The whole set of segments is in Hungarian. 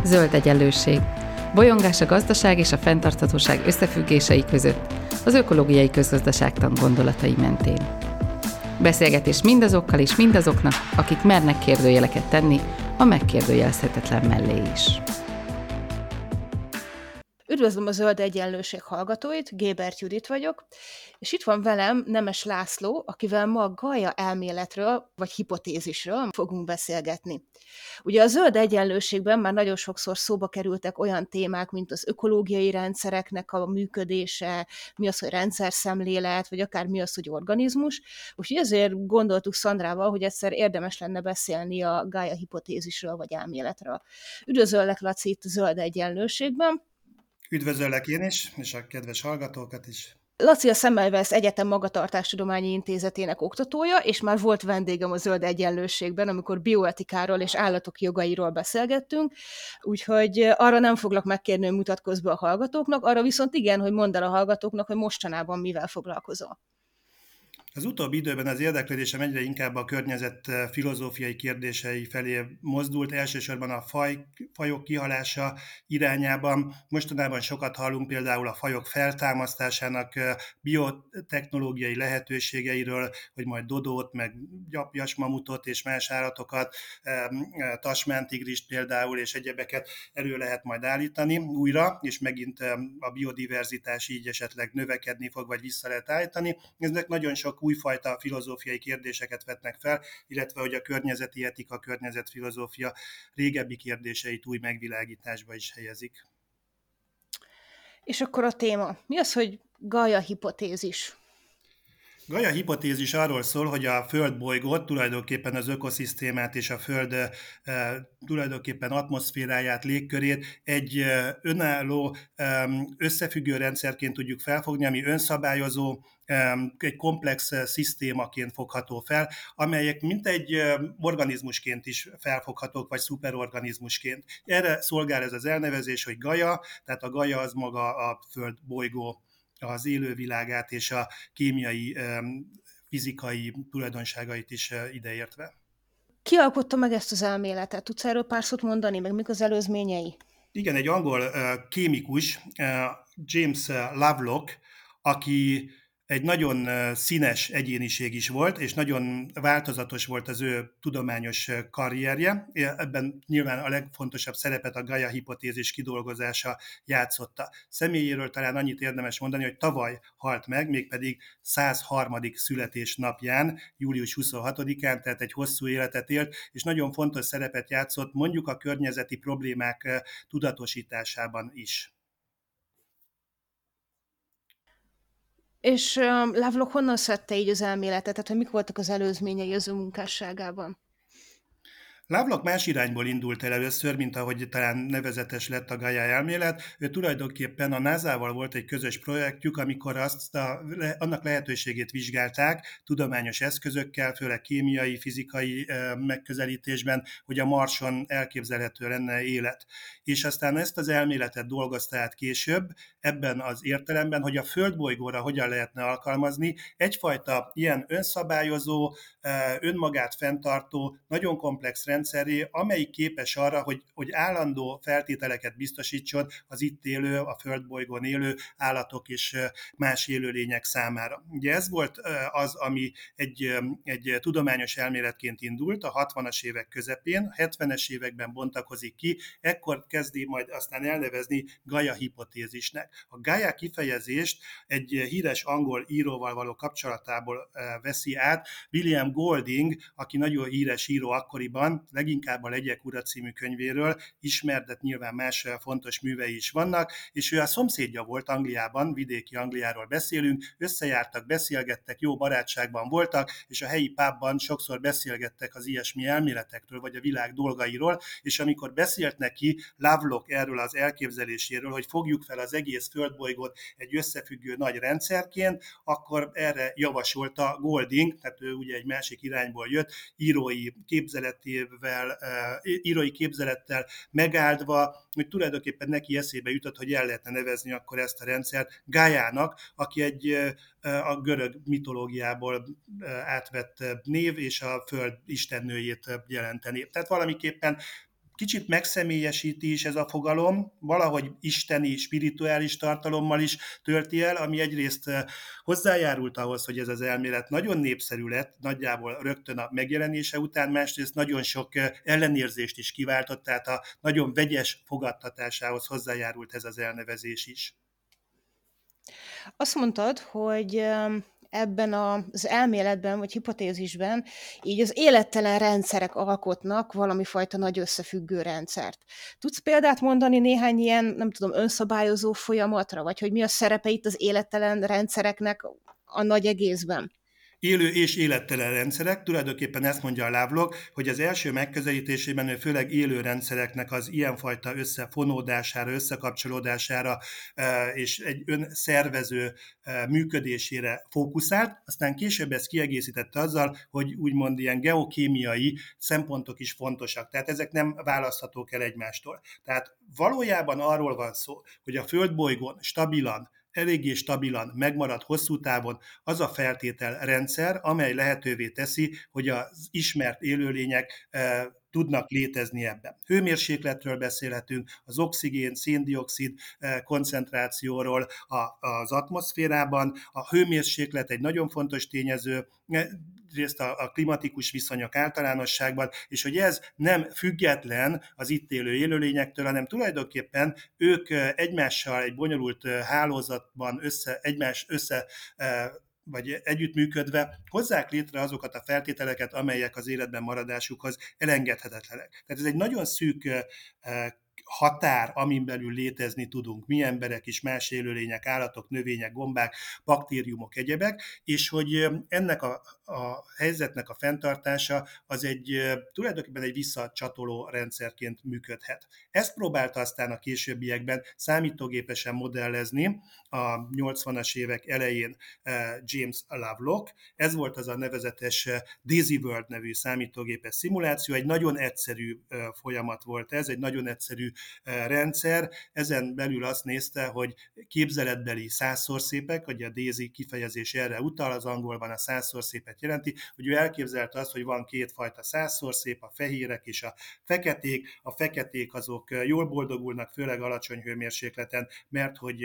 Zöld egyenlőség. Bolyongás a gazdaság és a fenntarthatóság összefüggései között, az ökológiai közgazdaságtan gondolatai mentén. Beszélgetés mindazokkal és mindazoknak, akik mernek kérdőjeleket tenni a megkérdőjelezhetetlen mellé is. Üdvözlöm a Zöld Egyenlőség hallgatóit, Gébert Judit vagyok, és itt van velem Nemes László, akivel ma a Gaia elméletről, vagy hipotézisről fogunk beszélgetni. Ugye a zöld egyenlőségben már nagyon sokszor szóba kerültek olyan témák, mint az ökológiai rendszereknek a működése, mi az, hogy rendszerszemlélet, vagy akár mi az, hogy organizmus. Úgyhogy ezért gondoltuk Szandrával, hogy egyszer érdemes lenne beszélni a Gaia hipotézisről, vagy elméletről. Üdvözöllek, Laci, itt a Zöld Egyenlőségben. Üdvözöllek én is, és a kedves hallgatókat is. Laci a Semmelweis Egyetem Magatartástudományi Intézetének oktatója, és már volt vendégem a Zöld Egyenlőségben, amikor bioetikáról és állatok jogairól beszélgettünk, úgyhogy arra nem foglak megkérni, hogy mutatkozz be a hallgatóknak, arra viszont igen, hogy mondd el a hallgatóknak, hogy mostanában mivel foglalkozol. Az utóbbi időben az érdeklődésem egyre inkább a környezet filozófiai kérdései felé mozdult, elsősorban a fajok kihalása irányában. Mostanában sokat hallunk például a fajok feltámasztásának biotechnológiai lehetőségeiről, hogy majd dodót, meg gyapjasmamutot és más állatokat, tasmántigrist például és egyebeket elő lehet majd állítani újra, és megint a biodiverzitás így esetleg növekedni fog, vagy vissza lehet állítani. Ezek nagyon sok újfajta filozófiai kérdéseket vetnek fel, illetve hogy a környezeti etika, környezetfilozófia régebbi kérdéseit új megvilágításba is helyezik. És akkor a téma. Mi az, hogy Gaia hipotézis? Gaia hipotézis arról szól, hogy a Földbolygót, tulajdonképpen az ökoszisztémát és a Föld tulajdonképpen atmoszféráját, légkörét egy önálló, összefüggő rendszerként tudjuk felfogni, ami önszabályozó, egy komplex szisztémaként fogható fel, amelyek mintegy organizmusként is felfoghatók, vagy szuperorganizmusként. Erre szolgál ez az elnevezés, hogy Gaia, tehát a Gaia az maga a Földbolygó, az élővilágát és a kémiai, fizikai tulajdonságait is ideértve. Ki alkotta meg ezt az elméletet? Tudsz erről pár szót mondani, meg mik az előzményei? Igen, egy angol kémikus, James Lovelock, aki egy nagyon színes egyéniség is volt, és nagyon változatos volt az ő tudományos karrierje. Ebben nyilván a legfontosabb szerepet a Gaia hipotézis kidolgozása játszotta. Személyéről talán annyit érdemes mondani, hogy tavaly halt meg, mégpedig 103. születésnapján, július 26-án, tehát egy hosszú életet élt, és nagyon fontos szerepet játszott mondjuk a környezeti problémák tudatosításában is. És Lovelock honnan szedte így az elméletet? Tehát, hogy mik voltak az előzményei az ő munkásságában? Lovelock más irányból indult el először, mint ahogy talán nevezetes lett a Gaia elmélet. Ő tulajdonképpen a NASA-val volt egy közös projektjük, amikor annak lehetőségét vizsgálták tudományos eszközökkel, főleg kémiai, fizikai megközelítésben, hogy a Marson elképzelhető lenne élet. És aztán ezt az elméletet dolgozta át később, ebben az értelemben, hogy a Földbolygóra hogyan lehetne alkalmazni egyfajta ilyen önszabályozó, önmagát fenntartó, nagyon komplex rendszeré, amelyik képes arra, hogy állandó feltételeket biztosítson az itt élő, a Földbolygón élő állatok és más élőlények számára. Ugye ez volt az, ami egy tudományos elméletként indult a 60-as évek közepén, 70-es években bontakozik ki, ekkor kezdi majd aztán elnevezni Gaia hipotézisnek. A Gaia kifejezést egy híres angol íróval való kapcsolatából veszi át, William Golding, aki nagyon híres író akkoriban, leginkább a Legyek ura című könyvéről ismert, de nyilván más fontos művei is vannak, és ő a szomszédja volt Angliában, vidéki Angliáról beszélünk, összejártak, beszélgettek, jó barátságban voltak, és a helyi pubban sokszor beszélgettek az ilyesmi elméletekről, vagy a világ dolgairól, és amikor beszélt neki Lovelock erről az elképzeléséről, hogy fogjuk fel az egész Földbolygót egy összefüggő nagy rendszerként, akkor erre javasolta Golding, tehát ő ugye egy másik irányból jött, írói képzelettel megáldva, hogy tulajdonképpen neki eszébe jutott, hogy el lehetne nevezni akkor ezt a rendszert Gaiának, aki a görög mitológiából átvett név, és a Föld istennőjét jelenteni. Tehát valamiképpen kicsit megszemélyesíti is ez a fogalom, valahogy isteni, spirituális tartalommal is tölti el, ami egyrészt hozzájárult ahhoz, hogy ez az elmélet nagyon népszerű lett, nagyjából rögtön a megjelenése után, másrészt nagyon sok ellenérzést is kiváltott, tehát a nagyon vegyes fogadtatásához hozzájárult ez az elnevezés is. Azt mondtad, hogy ebben az elméletben, vagy hipotézisben így az élettelen rendszerek alkotnak valami fajta nagy összefüggő rendszert. Tudsz példát mondani néhány ilyen, nem tudom, önszabályozó folyamatra, vagy hogy mi a szerepe itt az élettelen rendszereknek a nagy egészben? Élő és élettelen rendszerek, tulajdonképpen ezt mondja a Lovelock, hogy az első megközelítésében ő főleg élő rendszereknek az ilyenfajta összefonódására, összekapcsolódására és egy önszervező működésére fókuszált, aztán később ezt kiegészítette azzal, hogy úgymond ilyen geokémiai szempontok is fontosak, tehát ezek nem választhatók el egymástól. Tehát valójában arról van szó, hogy a földbolygón eléggé stabilan megmarad hosszú távon az a feltételrendszer, amely lehetővé teszi, hogy az ismert élőlények tudnak létezni ebben. Hőmérsékletről beszélhetünk, az oxigén, széndioxid koncentrációról az atmoszférában. A hőmérséklet egy nagyon fontos tényező, részt a klimatikus viszonyok általánosságban, és hogy ez nem független az itt élő élőlényektől, hanem tulajdonképpen ők egymással egy bonyolult hálózatban vagy együttműködve hozzák létre azokat a feltételeket, amelyek az életben maradásukhoz elengedhetetlenek. Tehát ez egy nagyon szűk határ, amin belül létezni tudunk, mi emberek is, más élőlények, állatok, növények, gombák, baktériumok, egyebek, és hogy ennek a helyzetnek a fenntartása az tulajdonképpen egy visszacsatoló rendszerként működhet. Ezt próbálta aztán a későbbiekben számítógépesen modellezni a 80-as évek elején James Lovelock. Ez volt az a nevezetes Daisy World nevű számítógépes szimuláció, egy nagyon egyszerű folyamat volt ez, egy nagyon egyszerű rendszer, ezen belül azt nézte, hogy képzeletbeli százszorszépek, vagy a Daisy kifejezés erre utal, az angolban a százszorszépet jelenti, hogy ő elképzelte azt, hogy van kétfajta százszorszép, a fehérek és a feketék. A feketék azok jól boldogulnak, főleg alacsony hőmérsékleten, mert hogy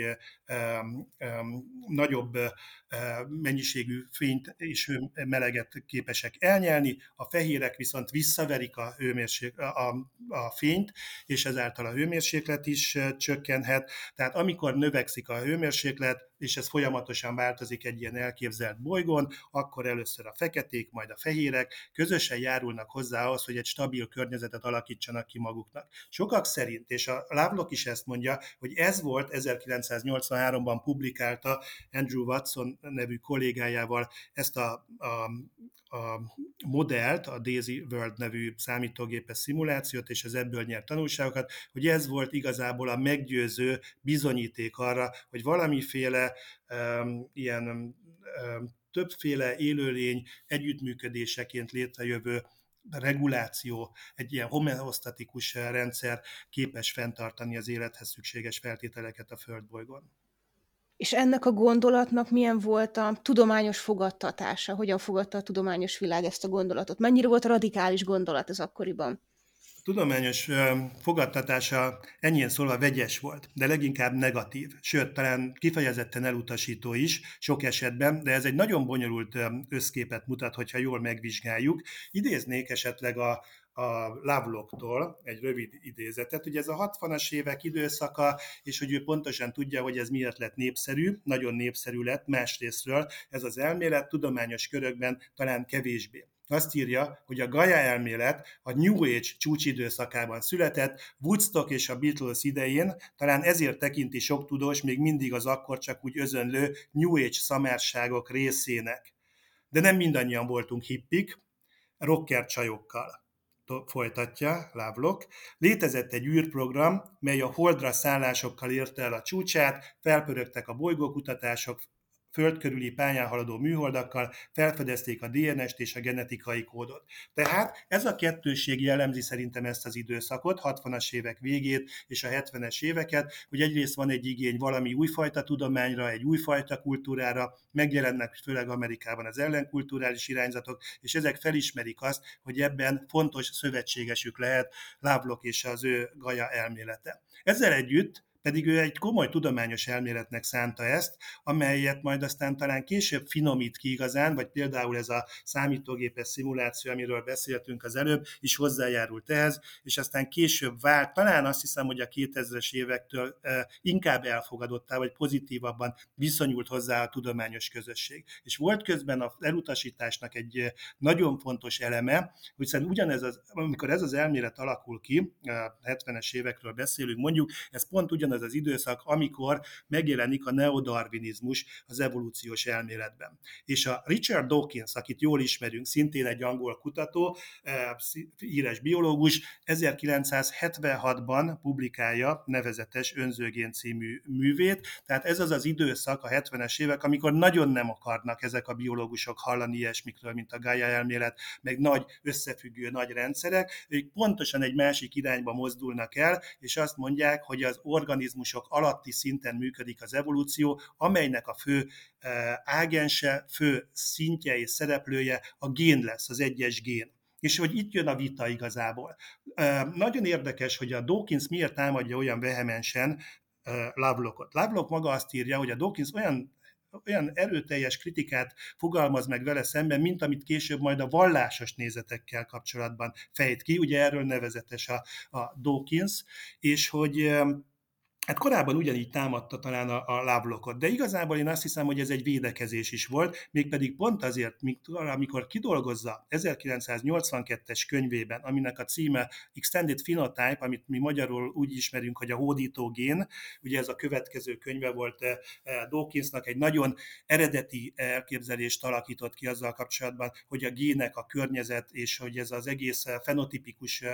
nagyobb mennyiségű fényt és meleget képesek elnyelni, a fehérek viszont visszaverik a fényt, és ezáltal a hőmérséklet is csökkenhet. Tehát amikor növekszik a hőmérséklet, és ez folyamatosan változik egy ilyen elképzelt bolygón, akkor először a feketék, majd a fehérek közösen járulnak hozzá ahhoz, hogy egy stabil környezetet alakítsanak ki maguknak. Sokak szerint, és a Lovelock is ezt mondja, hogy ez volt 1983-ban publikálta Andrew Watson nevű kollégájával ezt a modellt, a Daisy World nevű számítógépes szimulációt, és az ebből nyert tanulságokat, hogy ez volt igazából a meggyőző bizonyíték arra, hogy valamiféle többféle élőlény együttműködéseként létrejövő reguláció, egy ilyen homeosztatikus rendszer képes fenntartani az élethez szükséges feltételeket a földbolygón. És ennek a gondolatnak milyen volt a tudományos fogadtatása? Hogyan fogadta a tudományos világ ezt a gondolatot? Mennyire volt radikális gondolat ez akkoriban? A tudományos fogadtatása ennyien szólva vegyes volt, de leginkább negatív, sőt, talán kifejezetten elutasító is sok esetben, de ez egy nagyon bonyolult összképet mutat, hogyha jól megvizsgáljuk. Idéznék esetleg a Lovelocktól egy rövid idézetet. Ugye ez a 60-as évek időszaka, és hogy ő pontosan tudja, hogy ez miért lett népszerű, nagyon népszerű lett másrésztről. Ez az elmélet tudományos körökben talán kevésbé. Azt írja, hogy a Gaia elmélet a New Age csúcsidőszakában született, Woodstock és a Beatles idején, talán ezért tekinti sok tudós még mindig az akkor csak úgy özönlő New Age szamárságok részének. De nem mindannyian voltunk hippik, rocker csajokkal. Folytatja Lovelock. Létezett egy űrprogram, mely a Holdra szállásokkal érte el a csúcsát, felpörögtek a bolygókutatások, föld körüli pályán haladó műholdakkal felfedezték a DNS-t és a genetikai kódot. Tehát ez a kettőség jellemzi szerintem ezt az időszakot, 60-as évek végét és a 70-es éveket, hogy egyrészt van egy igény valami újfajta tudományra, egy újfajta kultúrára, megjelennek főleg Amerikában az ellenkulturális irányzatok, és ezek felismerik azt, hogy ebben fontos szövetségesük lehet Lovelock és az ő Gaia elmélete. Ezzel együtt pedig ő egy komoly tudományos elméletnek szánta ezt, amelyet majd aztán talán később finomít ki igazán, vagy például ez a számítógépes szimuláció, amiről beszéltünk az előbb, is hozzájárult ehhez, és aztán később vált, talán azt hiszem, hogy a 2000-es évektől inkább elfogadottá, vagy pozitívabban viszonyult hozzá a tudományos közösség. És volt közben az elutasításnak egy nagyon fontos eleme, hiszen amikor ez az elmélet alakul ki, a 70-es évekről beszélünk mondjuk, ez pont ugyanaz az időszak, amikor megjelenik a neodarwinizmus az evolúciós elméletben. És a Richard Dawkins, akit jól ismerünk, szintén egy angol kutató, híres biológus, 1976-ban publikálja nevezetes Önzőgén című művét, tehát ez az az időszak, a 70-es évek, amikor nagyon nem akarnak ezek a biológusok hallani ilyesmikről, mint a Gaia elmélet, meg nagy összefüggő nagy rendszerek, ők pontosan egy másik irányba mozdulnak el, és azt mondják, hogy az organizmusok alatti szinten működik az evolúció, amelynek a fő ágense, fő szintje és szereplője a gén lesz, az egyes gén. És hogy itt jön a vita igazából. Nagyon érdekes, hogy a Dawkins miért támadja olyan vehemensen Lovelockot. Lovelock maga azt írja, hogy a Dawkins olyan erőteljes kritikát fogalmaz meg vele szemben, mint amit később majd a vallásos nézetekkel kapcsolatban fejt ki. Ugye erről nevezetes a Dawkins, és hogy hát korábban ugyanígy támadta talán a Lovelockot, de igazából én azt hiszem, hogy ez egy védekezés is volt, mégpedig pont azért, amikor kidolgozza 1982-es könyvében, aminek a címe Extended Phenotype, amit mi magyarul úgy ismerünk, hogy a hódító gén, ugye ez a következő könyve volt Dawkinsnak, egy nagyon eredeti elképzelést alakított ki azzal kapcsolatban, hogy a gének, a környezet, és hogy ez az egész fenotipikus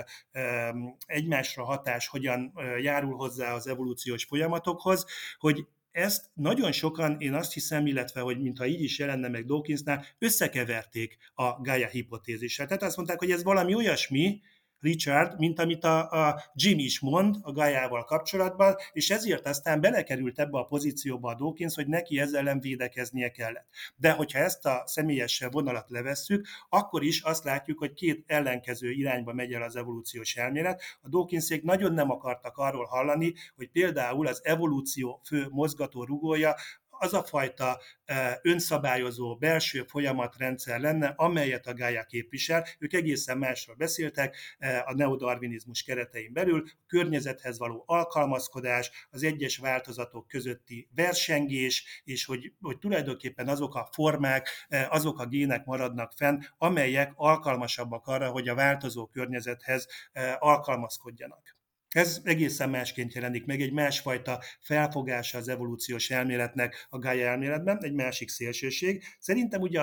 egymásra hatás hogyan járul hozzá az evolúció folyamatokhoz, hogy ezt nagyon sokan, én azt hiszem, illetve, hogy mintha így is jelenne meg Dawkinsnál, összekeverték a Gaia hipotézissel. Tehát azt mondták, hogy ez valami olyasmi, Richard, mint amit a Jim is mond a Gaiával kapcsolatban, és ezért aztán belekerült ebbe a pozícióba a Dawkins, hogy neki ezzel ellen védekeznie kellett. De hogyha ezt a személyes vonalat levesszük, akkor is azt látjuk, hogy két ellenkező irányba megy el az evolúciós elmélet. A Dawkinsék nagyon nem akartak arról hallani, hogy például az evolúció fő mozgató rugója az a fajta önszabályozó belső folyamatrendszer lenne, amelyet a Gaia képvisel. Ők egészen másról beszéltek a neodarwinizmus keretein belül, a környezethez való alkalmazkodás, az egyes változatok közötti versengés, és hogy tulajdonképpen azok a formák, azok a gének maradnak fenn, amelyek alkalmasabbak arra, hogy a változó környezethez alkalmazkodjanak. Ez egészen másként jelenik meg, egy másfajta felfogása az evolúciós elméletnek a Gaia elméletben, egy másik szélsőség. Szerintem ugye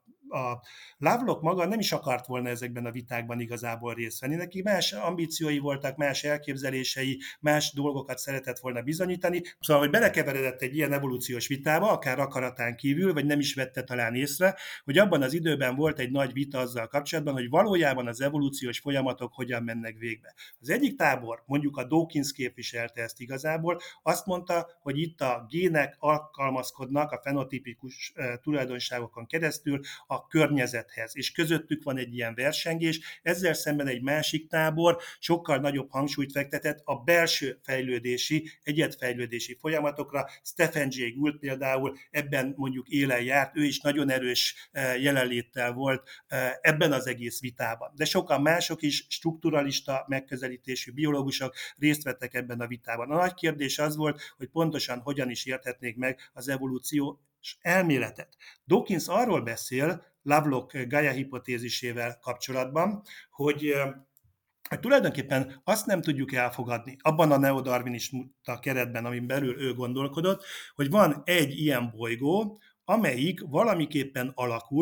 a Lovelock maga nem is akart volna ezekben a vitákban igazából részt venni. Neki más ambíciói voltak, más elképzelései, más dolgokat szeretett volna bizonyítani. Szóval, hogy belekeveredett egy ilyen evolúciós vitába, akár akaratán kívül, vagy nem is vette talán észre, hogy abban az időben volt egy nagy vita azzal kapcsolatban, hogy valójában az evolúciós folyamatok hogyan mennek végbe. Az egyik tábor, mondjuk a Dawkins képviselte ezt igazából, azt mondta, hogy itt a gének alkalmazkodnak a fenotipikus tulajdonságokon keresztül a környezethez, és közöttük van egy ilyen versengés, ezzel szemben egy másik tábor sokkal nagyobb hangsúlyt fektetett a belső fejlődési, egyedfejlődési folyamatokra. Stephen Jay Gould például ebben mondjuk élen járt, ő is nagyon erős jelenléttel volt ebben az egész vitában. De sokan mások is, strukturalista megközelítésű biológusok részt vettek ebben a vitában. A nagy kérdés az volt, hogy pontosan hogyan is érthetnék meg az evolúció elméletet. Dawkins arról beszél Lovelock Gaia hipotézisével kapcsolatban, hogy tulajdonképpen azt nem tudjuk elfogadni abban a neodarwinista keretben, amin belül ő gondolkodott, hogy van egy ilyen bolygó, amelyik valamiképpen alakul,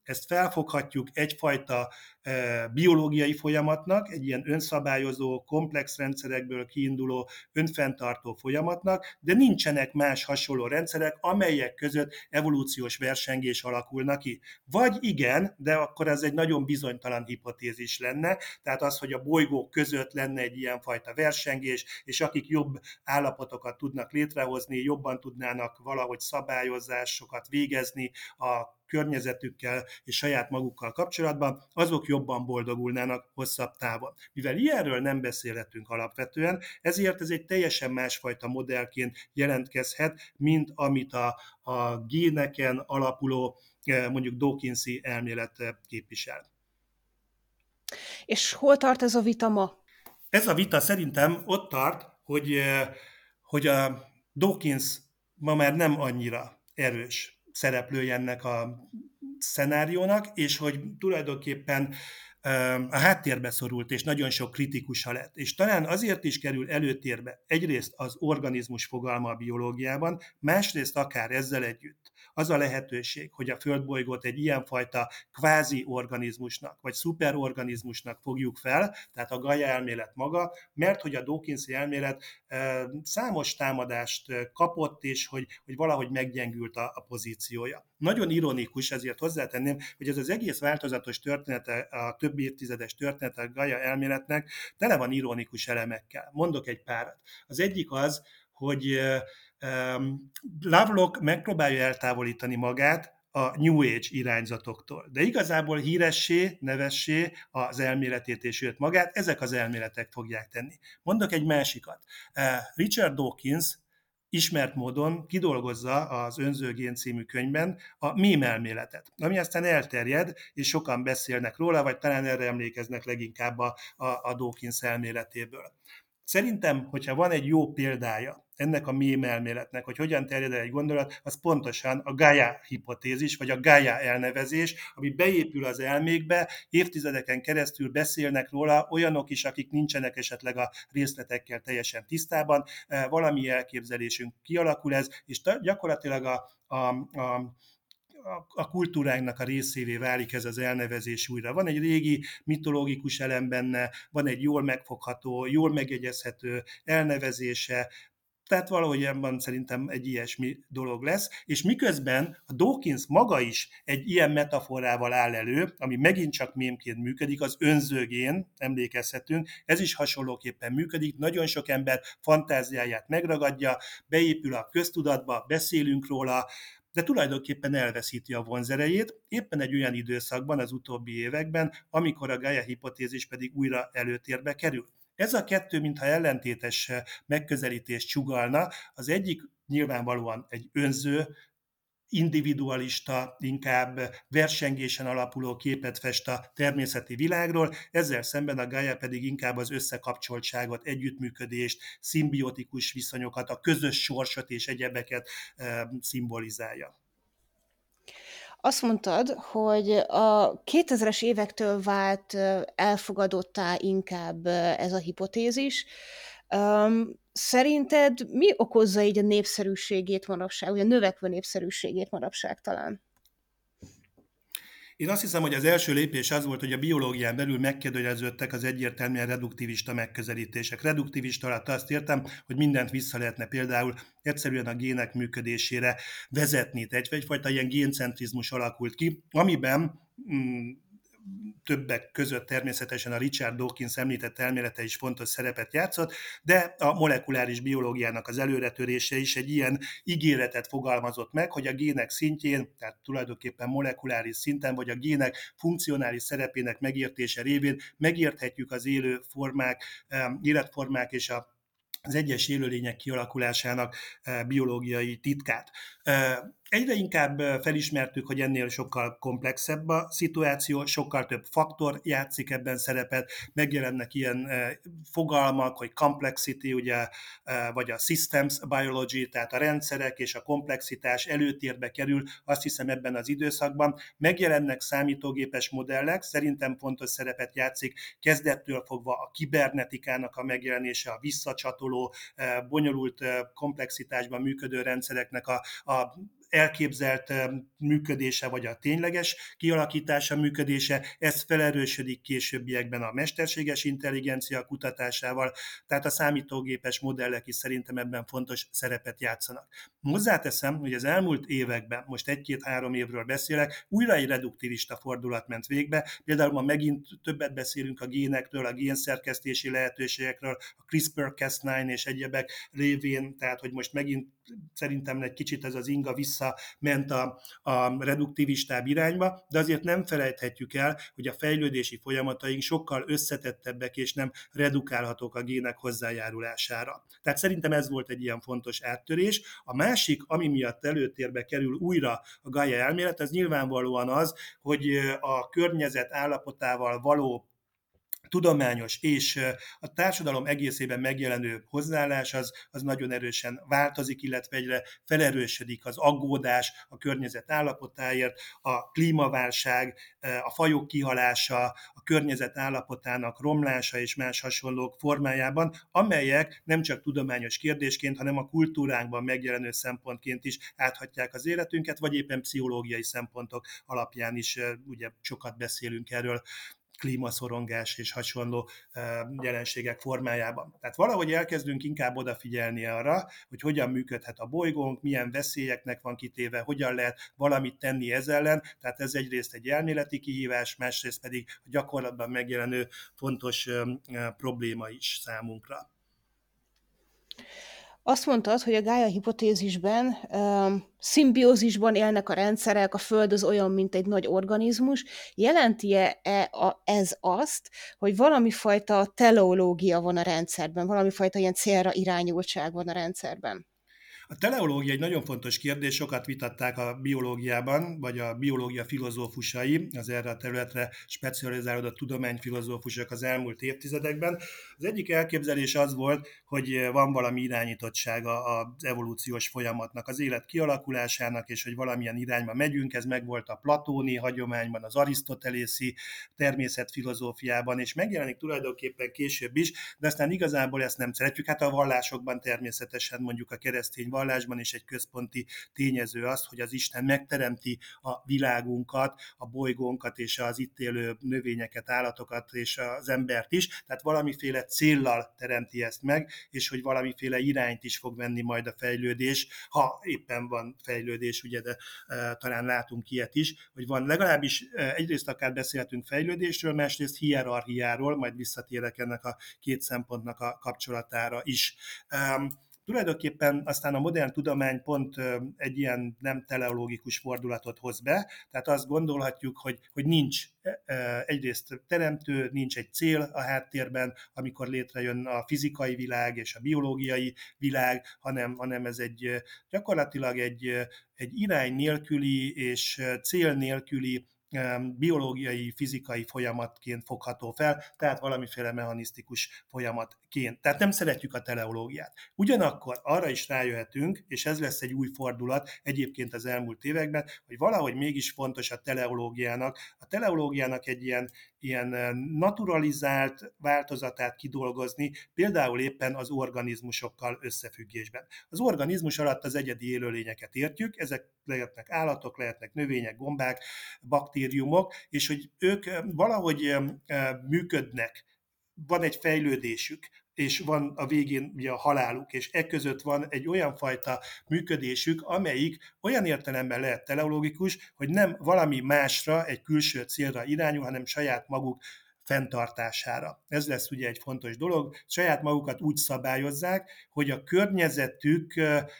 Ezt felfoghatjuk egyfajta biológiai folyamatnak, egy ilyen önszabályozó, komplex rendszerekből kiinduló, önfenntartó folyamatnak, de nincsenek más hasonló rendszerek, amelyek között evolúciós versengés alakulna ki. Vagy igen, de akkor ez egy nagyon bizonytalan hipotézis lenne, tehát az, hogy a bolygók között lenne egy ilyenfajta versengés, és akik jobb állapotokat tudnak létrehozni, jobban tudnának valahogy szabályozásokat végezni a környezetükkel és saját magukkal kapcsolatban, azok jobban boldogulnának hosszabb távon. Mivel ilyenről nem beszélhetünk alapvetően, ezért ez egy teljesen másfajta modellként jelentkezhet, mint amit a géneken alapuló, mondjuk Dawkinsi elmélet képvisel. És hol tart ez a vita ma? Ez a vita szerintem ott tart, hogy a Dawkins ma már nem annyira erős szereplője ennek a szenáriónak, és hogy tulajdonképpen a háttérbe szorult, és nagyon sok kritikusa lett. És talán azért is kerül előtérbe egyrészt az organizmus fogalma a biológiában, másrészt akár ezzel együtt az a lehetőség, hogy a földbolygót egy ilyenfajta kvázi organizmusnak, vagy szuperorganizmusnak fogjuk fel, tehát a Gaia elmélet maga, mert hogy a Dawkinsi elmélet számos támadást kapott, és hogy valahogy meggyengült a pozíciója. Nagyon ironikus, ezért hozzátenném, hogy ez az egész változatos története, a több évtizedes története a Gaia elméletnek tele van ironikus elemekkel. Mondok egy párat. Az egyik az, hogy Lovelock megpróbálja eltávolítani magát a New Age irányzatoktól. De igazából híressé, nevessé az elméletét és őt magát, ezek az elméletek fogják tenni. Mondok egy másikat. Richard Dawkins ismert módon kidolgozza az Önzőgén című könyvben a mém elméletet, ami aztán elterjed, és sokan beszélnek róla, vagy talán erre emlékeznek leginkább a Dawkins elméletéből. Szerintem, hogyha van egy jó példája ennek a mém elméletnek, hogy hogyan terjed el egy gondolat, az pontosan a Gaia hipotézis, vagy a Gaia elnevezés, ami beépül az elmékbe, évtizedeken keresztül beszélnek róla olyanok is, akik nincsenek esetleg a részletekkel teljesen tisztában, valami elképzelésünk kialakul ez, és gyakorlatilag a kultúránknak a részévé válik ez az elnevezés újra. Van egy régi mitológikus elem benne, van egy jól megfogható, jól megjegyezhető elnevezése, tehát valahogy ebben szerintem egy ilyesmi dolog lesz, és miközben a Dawkins maga is egy ilyen metaforával áll elő, ami megint csak mémként működik, az önzőgén, emlékezhetünk, ez is hasonlóképpen működik, nagyon sok ember fantáziáját megragadja, beépül a köztudatba, beszélünk róla, de tulajdonképpen elveszíti a vonzerejét, éppen egy olyan időszakban, az utóbbi években, amikor a Gaia hipotézis pedig újra előtérbe kerül. Ez a kettő, mintha ellentétes megközelítést sugallna, az egyik nyilvánvalóan egy önző, individualista, inkább versengésen alapuló képet fest a természeti világról, ezzel szemben a Gaia pedig inkább az összekapcsoltságot, együttműködést, szimbiotikus viszonyokat, a közös sorsot és egyebeket szimbolizálja. Azt mondtad, hogy a 2000-es évektől vált elfogadottá inkább ez a hipotézis. Szerinted mi okozza így a népszerűségét manapság, vagy a növekvő népszerűségét manapság talán? Én azt hiszem, hogy az első lépés az volt, hogy a biológián belül megkérdőjeleződtek az egyértelműen reduktivista megközelítések. Reduktivista alatt azt értem, hogy mindent vissza lehetne például egyszerűen a gének működésére vezetni. Egyfajta ilyen géncentrizmus alakult ki, amiben többek között természetesen a Richard Dawkins említett elmélete is fontos szerepet játszott, de a molekuláris biológiának az előretörése is egy ilyen ígéretet fogalmazott meg, hogy a gének szintjén, tehát tulajdonképpen molekuláris szinten, vagy a gének funkcionális szerepének megértése révén megérthetjük az élő formák, életformák és az egyes élőlények kialakulásának biológiai titkát. Egyre inkább felismertük, hogy ennél sokkal komplexebb a szituáció, sokkal több faktor játszik ebben szerepet, megjelennek ilyen fogalmak, hogy complexity, ugye, vagy a systems biology, tehát a rendszerek és a komplexitás előtérbe kerül, azt hiszem ebben az időszakban. Megjelennek számítógépes modellek, szerintem fontos szerepet játszik, kezdettől fogva a kibernetikának a megjelenése, a visszacsatoló, bonyolult komplexitásban működő rendszereknek a elképzelt működése, vagy a tényleges kialakítása, működése, ez felerősödik későbbiekben a mesterséges intelligencia kutatásával, tehát a számítógépes modellek is szerintem ebben fontos szerepet játszanak. Hozzáteszem, hogy az elmúlt években, most 1-2-3 évről beszélek, újra egy reduktivista fordulat ment végbe, például ma megint többet beszélünk a génekről, a génszerkesztési lehetőségekről, a CRISPR-Cas9 és egyebek révén, tehát hogy most megint szerintem egy kicsit ez az inga visszament a reduktivistább irányba, de azért nem felejthetjük el, hogy a fejlődési folyamataink sokkal összetettebbek és nem redukálhatók a gének hozzájárulására. Tehát szerintem ez volt egy ilyen fontos áttörés. A másik, ami miatt előtérbe kerül újra a Gaia elmélet, az nyilvánvalóan az, hogy a környezet állapotával való tudományos és a társadalom egészében megjelenő hozzáállás az nagyon erősen változik, illetve egyre felerősödik az aggódás a környezet állapotáért, a klímaválság, a fajok kihalása, a környezet állapotának romlása és más hasonlók formájában, amelyek nem csak tudományos kérdésként, hanem a kultúránkban megjelenő szempontként is áthatják az életünket, vagy éppen pszichológiai szempontok alapján is ugye sokat beszélünk erről, klímaszorongás és hasonló jelenségek formájában. Tehát valahogy elkezdünk inkább odafigyelni arra, hogy hogyan működhet a bolygónk, milyen veszélyeknek van kitéve, hogyan lehet valamit tenni ez ellen. Tehát ez egyrészt egy elméleti kihívás, másrészt pedig a gyakorlatban megjelenő fontos probléma is számunkra. Azt mondtad, hogy a Gaia hipotézisben szimbiózisban élnek a rendszerek, a Föld az olyan, mint egy nagy organizmus. Jelenti-e ez azt, hogy valami fajta teleológia van a rendszerben, valami fajta ilyen célra irányultság van a rendszerben? A teleológia egy nagyon fontos kérdés, sokat vitatták a biológiában, vagy a biológia filozófusai, az erre a területre specializálódott tudományfilozófusok az elmúlt évtizedekben. Az egyik elképzelés az volt, hogy van valami irányítottsága az evolúciós folyamatnak, az élet kialakulásának, és hogy valamilyen irányba megyünk, ez megvolt a platóni hagyományban, az arisztotelészi természetfilozófiában, és megjelenik tulajdonképpen később is, de aztán igazából ezt nem szeretjük. Hát a vallásokban természetesen, mondjuk a keresztény vallásban is egy központi tényező az, hogy az Isten megteremti a világunkat, a bolygónkat és az itt élő növényeket, állatokat és az embert is, tehát valamiféle céllal teremti ezt meg, és hogy valamiféle irányt is fog venni majd a fejlődés, ha éppen van fejlődés, ugye, de talán látunk ilyet is, hogy van legalábbis egyrészt akár beszélhetünk fejlődésről, másrészt hierarchiáról, majd visszatérek ennek a két szempontnak a kapcsolatára is. Tulajdonképpen aztán a modern tudomány pont egy ilyen nem teleológikus fordulatot hoz be, tehát azt gondolhatjuk, hogy nincs egyrészt teremtő, nincs egy cél a háttérben, amikor létrejön a fizikai világ és a biológiai világ, hanem ez gyakorlatilag egy irány nélküli és cél nélküli biológiai, fizikai folyamatként fogható fel, tehát valamiféle mechanisztikus folyamatként. Tehát nem szeretjük a teleológiát. Ugyanakkor arra is rájöhetünk, és ez lesz egy új fordulat egyébként az elmúlt években, hogy valahogy mégis fontos a teleológiának. A teleológiának egy ilyen naturalizált változatát kidolgozni, például éppen az organizmusokkal összefüggésben. Az organizmus alatt az egyedi élőlényeket értjük, ezek lehetnek állatok, lehetnek növények, gombák, baktériumok, és hogy ők valahogy működnek, van egy fejlődésük, és van a végén ugye a haláluk, és között van egy olyan fajta működésük, amelyik olyan értelemben lehet teleológikus, hogy nem valami másra, egy külső célra irányul, hanem saját maguk fenntartására. Ez lesz ugye egy fontos dolog. Saját magukat úgy szabályozzák, hogy a környezetük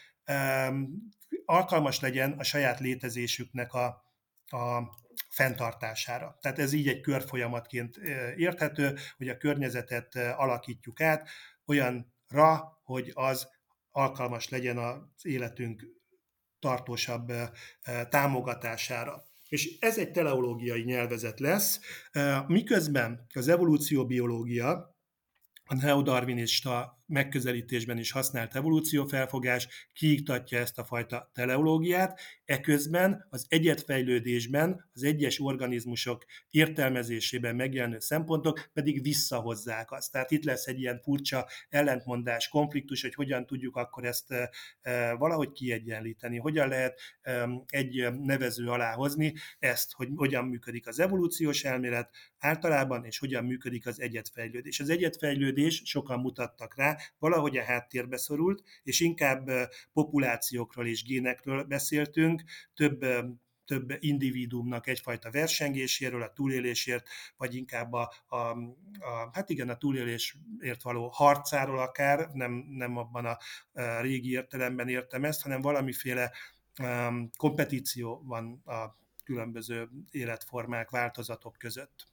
alkalmas legyen a saját létezésüknek a fenntartására. Tehát ez így egy körfolyamatként érthető, hogy a környezetet alakítjuk át olyanra, hogy az alkalmas legyen az életünk tartósabb támogatására. És ez egy teleológiai nyelvezet lesz, miközben az evolúcióbiológia, a neodarwinista megközelítésben is használt evolúciófelfogás kiiktatja ezt a fajta teleológiát, eközben az egyedfejlődésben az egyes organizmusok értelmezésében megjelenő szempontok pedig visszahozzák azt. Tehát itt lesz egy ilyen furcsa ellentmondás, konfliktus, hogy hogyan tudjuk akkor ezt valahogy kiegyenlíteni, hogyan lehet egy nevező alá hozni ezt, hogy hogyan működik az evolúciós elmélet általában, és hogyan működik az egyedfejlődés. Az egyedfejlődés, sokan mutattak rá, valahogy a háttérbe szorult, és inkább populációkról és génekről beszéltünk, több individuumnak egyfajta versengéséről, a túlélésért, vagy inkább a túlélésért való harcáról akár, nem abban a régi értelemben értem ezt, hanem valamiféle kompetíció van a különböző életformák, változatok között.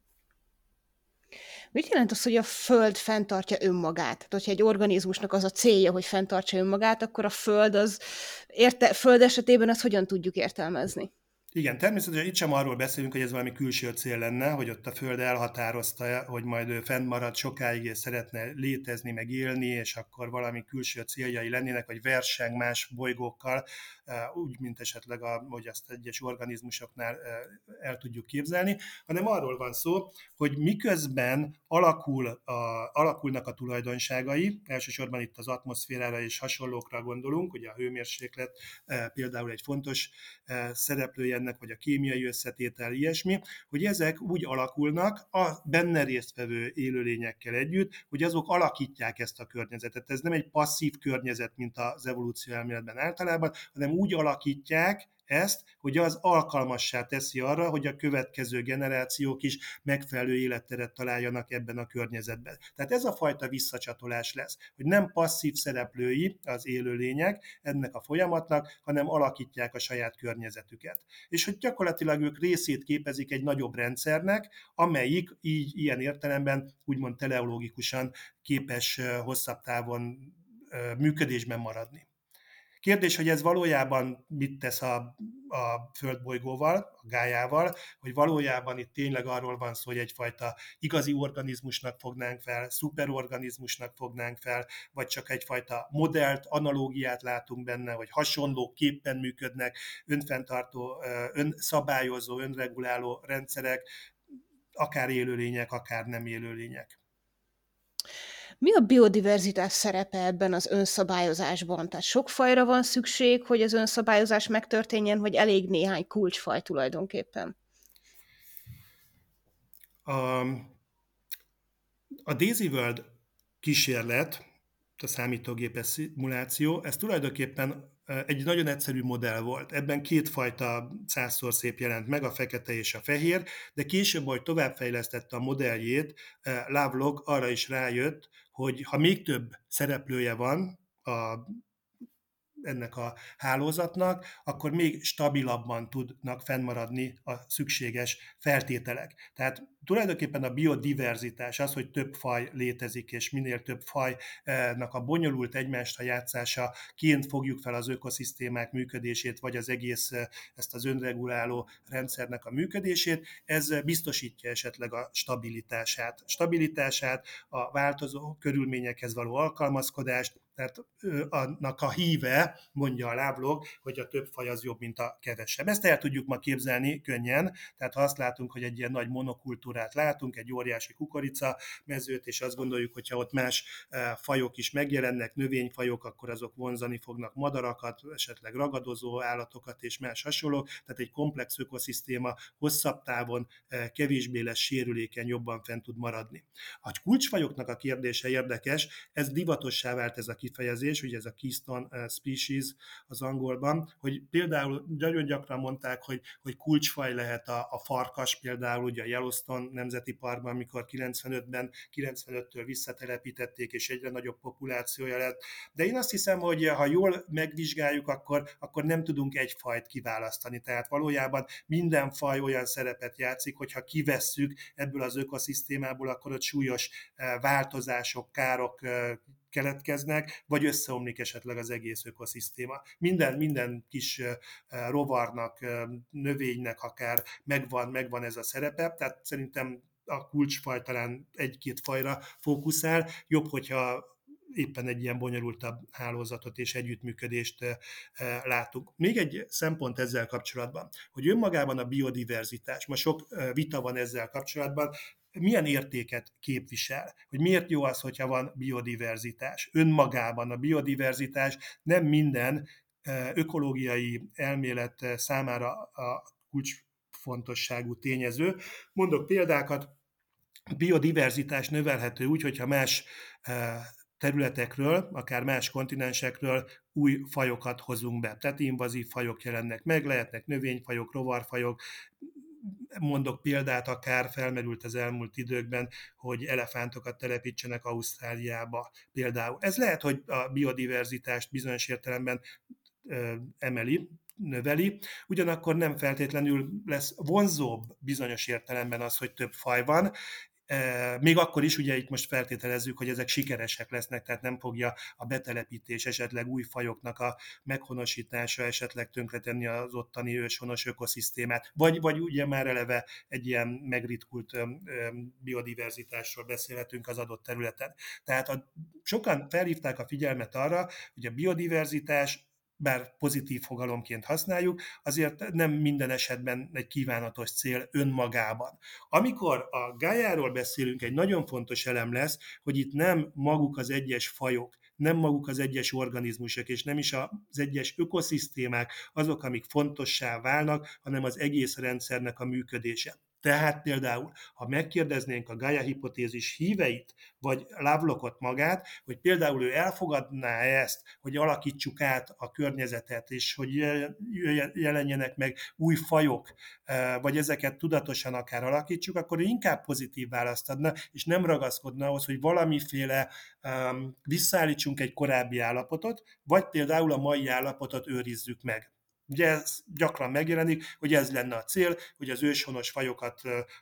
Mit jelent az, hogy a Föld fenntartja önmagát? Tehát, hogyha egy organizmusnak az a célja, hogy fenntartsa önmagát, akkor a Föld Föld esetében ezt hogyan tudjuk értelmezni? Igen, természetesen itt sem arról beszélünk, hogy ez valami külső cél lenne, hogy ott a Föld elhatározta, hogy majd ő fennmarad sokáig, és szeretne létezni, meg élni, és akkor valami külső céljai lennének, vagy verseng más bolygókkal, úgy, mint esetleg, hogy azt egyes organizmusoknál el tudjuk képzelni, hanem arról van szó, hogy miközben alakulnak a tulajdonságai, elsősorban itt az atmoszférára és hasonlókra gondolunk, ugye a hőmérséklet például egy fontos szereplője ennek, vagy a kémiai összetétel, ilyesmi, hogy ezek úgy alakulnak a benne résztvevő élőlényekkel együtt, hogy azok alakítják ezt a környezetet. Ez nem egy passzív környezet, mint az evolúció elméletben általában, hanem úgy alakítják ezt, hogy az alkalmassá teszi arra, hogy a következő generációk is megfelelő életteret találjanak ebben a környezetben. Tehát ez a fajta visszacsatolás lesz, hogy nem passzív szereplői az élőlények ennek a folyamatnak, hanem alakítják a saját környezetüket. És hogy gyakorlatilag ők részét képezik egy nagyobb rendszernek, amelyik így ilyen értelemben úgymond teleológikusan képes hosszabb távon működésben maradni. Kérdés, hogy ez valójában mit tesz a földbolygóval, a Gájával, hogy valójában itt tényleg arról van szó, hogy egyfajta igazi organizmusnak fognánk fel, szuperorganizmusnak fognánk fel, vagy csak egyfajta modellt, analógiát látunk benne, hogy hasonlóképpen működnek önfenntartó, önszabályozó, önreguláló rendszerek, akár élőlények, akár nem élőlények. Mi a biodiverzitás szerepe ebben az önszabályozásban? Tehát sok fajra van szükség, hogy az önszabályozás megtörténjen, vagy elég néhány kulcsfaj tulajdonképpen? A Daisy World kísérlet, a számítógépes szimuláció, ez tulajdonképpen egy nagyon egyszerű modell volt. Ebben kétfajta százszor szép jelent meg, a fekete és a fehér, de később, ahogy továbbfejlesztette a modelljét, Lovelock arra is rájött, hogy ha még több szereplője van ennek a hálózatnak, akkor még stabilabban tudnak fennmaradni a szükséges feltételek. Tehát tulajdonképpen a biodiverzitás, az, hogy több faj létezik, és minél több fajnak a bonyolult egymásra játszásaként fogjuk fel az ökoszisztémák működését, vagy az egész ezt az önreguláló rendszernek a működését, ez biztosítja esetleg a stabilitását, a változó körülményekhez való alkalmazkodást, tehát annak a híve, mondja a Lovelock, hogy a több faj az jobb, mint a kevesebb. Ezt el tudjuk ma képzelni könnyen, tehát ha azt látunk, hogy egy ilyen nagy monokultúrát látunk, egy óriási kukorica mezőt, és azt gondoljuk, hogy ha ott más fajok is megjelennek, növényfajok, akkor azok vonzani fognak madarakat, esetleg ragadozó állatokat és más hasonlók, tehát egy komplex ökoszisztéma hosszabb távon kevésbé lesz sérülékeny, jobban fent tud maradni. A kulcsfajoknak a kérdése érdekes, ez divatossá vált ez a kifejezés, ugye ez a keystone species az angolban, hogy például nagyon gyakran mondták, hogy kulcsfaj lehet a farkas, például ugye a Yellowstone Nemzeti Parkban, amikor 95-től visszatelepítették, és egyre nagyobb populációja lett. De én azt hiszem, hogy ha jól megvizsgáljuk, akkor nem tudunk egy fajt kiválasztani. Tehát valójában minden faj olyan szerepet játszik, hogyha kivesszük ebből az ökoszisztémából, akkor ott súlyos változások, károk keletkeznek, vagy összeomlik esetleg az egész ökoszisztéma. Minden kis rovarnak, növénynek akár megvan ez a szerepe, tehát szerintem a kulcsfaj talán egy-két fajra fókuszál. Jobb, hogyha éppen egy ilyen bonyolultabb hálózatot és együttműködést látunk. Még egy szempont ezzel kapcsolatban, hogy önmagában a biodiverzitás, ma sok vita van ezzel kapcsolatban, milyen értéket képvisel, hogy miért jó az, hogyha van biodiverzitás. Önmagában a biodiverzitás nem minden ökológiai elmélet számára a kulcsfontosságú tényező. Mondok példákat, a biodiverzitás növelhető úgy, hogyha más területekről, akár más kontinensekről új fajokat hozunk be. Tehát invazív fajok jelennek meg, lehetnek növényfajok, rovarfajok. Mondok példát, akár felmerült az elmúlt időkben, hogy elefántokat telepítsenek Ausztráliába például. Ez lehet, hogy a biodiverzitást bizonyos értelemben emeli, növeli, ugyanakkor nem feltétlenül lesz vonzóbb bizonyos értelemben az, hogy több faj van, még akkor is, ugye itt most feltételezzük, hogy ezek sikeresek lesznek, tehát nem fogja a betelepítés, esetleg új fajoknak a meghonosítása esetleg tönkretenni az ottani őshonos ökoszisztémát, vagy ugye már eleve egy ilyen megritkult biodiverzitásról beszélhetünk az adott területen. Tehát sokan felhívták a figyelmet arra, hogy a biodiverzitás, bár pozitív fogalomként használjuk, azért nem minden esetben egy kívánatos cél önmagában. Amikor a Gaiáról beszélünk, egy nagyon fontos elem lesz, hogy itt nem maguk az egyes fajok, nem maguk az egyes organizmusok, és nem is az egyes ökoszisztémák azok, amik fontossá válnak, hanem az egész rendszernek a működése. Tehát például, ha megkérdeznénk a Gaia-hipotézis híveit, vagy Lovelockot magát, hogy például ő elfogadná ezt, hogy alakítsuk át a környezetet, és hogy jelenjenek meg új fajok, vagy ezeket tudatosan akár alakítsuk, akkor ő inkább pozitív választ adna, és nem ragaszkodna ahhoz, hogy valamiféle visszaállítsunk egy korábbi állapotot, vagy például a mai állapotot őrizzük meg. Ugye ez gyakran megjelenik, hogy ez lenne a cél, hogy az őshonos fajokat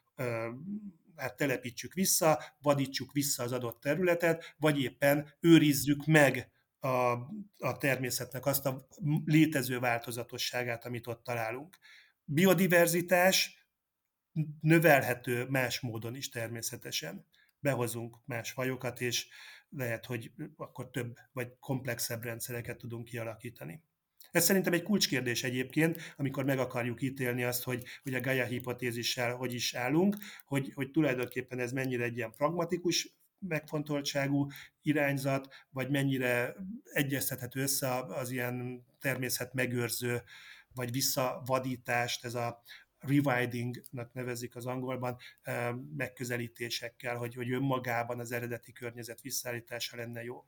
hát telepítsük vissza, vadítsuk vissza az adott területet, vagy éppen őrizzük meg a természetnek azt a létező változatosságát, amit ott találunk. Biodiverzitás növelhető más módon is természetesen. Behozunk más fajokat, és lehet, hogy akkor több vagy komplexebb rendszereket tudunk kialakítani. Ez szerintem egy kulcskérdés egyébként, amikor meg akarjuk ítélni azt, hogy a Gaia-hipotézissel hogy is állunk, hogy tulajdonképpen ez mennyire egy ilyen pragmatikus megfontoltságú irányzat, vagy mennyire egyeztethető össze az ilyen természetmegőrző, vagy visszavadítást, ez a rewildingnak nevezik az angolban, megközelítésekkel, hogy önmagában az eredeti környezet visszaállítása lenne jó.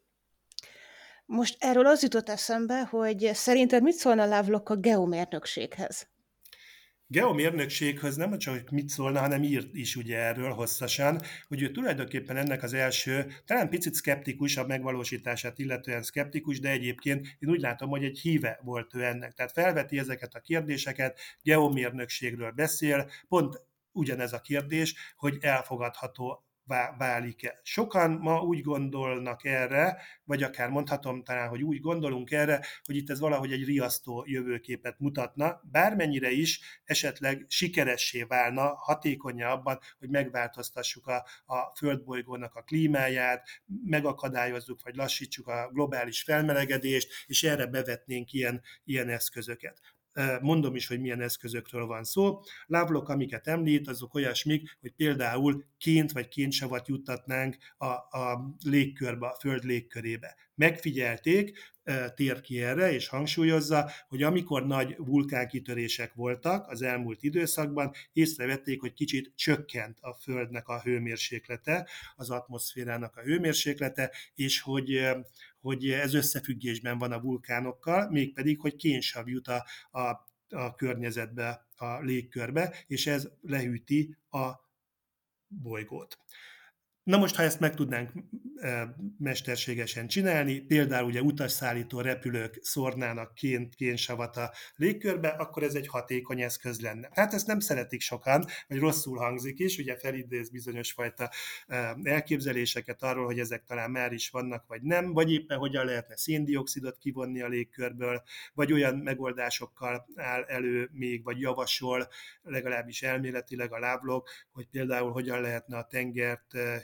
Most erről az jutott eszembe, hogy szerinted mit szólna Lovelock a geomérnökséghez? Geomérnökséghez nem csak mit szólna, hanem írt is ugye erről hosszasan, hogy ő tulajdonképpen ennek az első, talán picit szkeptikus, a megvalósítását illetően szkeptikus, de egyébként én úgy látom, hogy egy híve volt ő ennek. Tehát felveti ezeket a kérdéseket, geomérnökségről beszél, pont ugyanez a kérdés, hogy elfogadható válik-e. Sokan ma úgy gondolnak erre, vagy akár mondhatom talán, hogy úgy gondolunk erre, hogy itt ez valahogy egy riasztó jövőképet mutatna, bármennyire is esetleg sikeressé válna, hatékonyan abban, hogy megváltoztassuk a földbolygónak a klímáját, megakadályozzuk vagy lassítsuk a globális felmelegedést, és erre bevetnénk ilyen eszközöket. Mondom is, hogy milyen eszközökről van szó. Lovelock, amiket említ, azok olyasmik, hogy például ként vagy kénsavat juttatnánk a légkörbe, a Föld légkörébe. Megfigyelték, tér ki erre, és hangsúlyozza, hogy amikor nagy vulkánkitörések voltak az elmúlt időszakban, észrevették, hogy kicsit csökkent a Földnek a hőmérséklete, az atmoszférának a hőmérséklete, és hogy ez összefüggésben van a vulkánokkal, mégpedig, hogy kénsav jut a környezetbe, a légkörbe, és ez lehűti a bolygót. Na most, ha ezt meg tudnánk mesterségesen csinálni, például ugye utasszállító repülők szórnának kénsavat a légkörbe, akkor ez egy hatékony eszköz lenne. Hát ezt nem szeretik sokan, vagy rosszul hangzik is, ugye felidéz bizonyos fajta elképzeléseket arról, hogy ezek talán már is vannak, vagy nem, vagy éppen hogyan lehetne széndioxidot kivonni a légkörből, vagy olyan megoldásokkal áll elő még, vagy javasol, legalábbis elméletileg a Lovelock, hogy például hogyan lehetne a tengert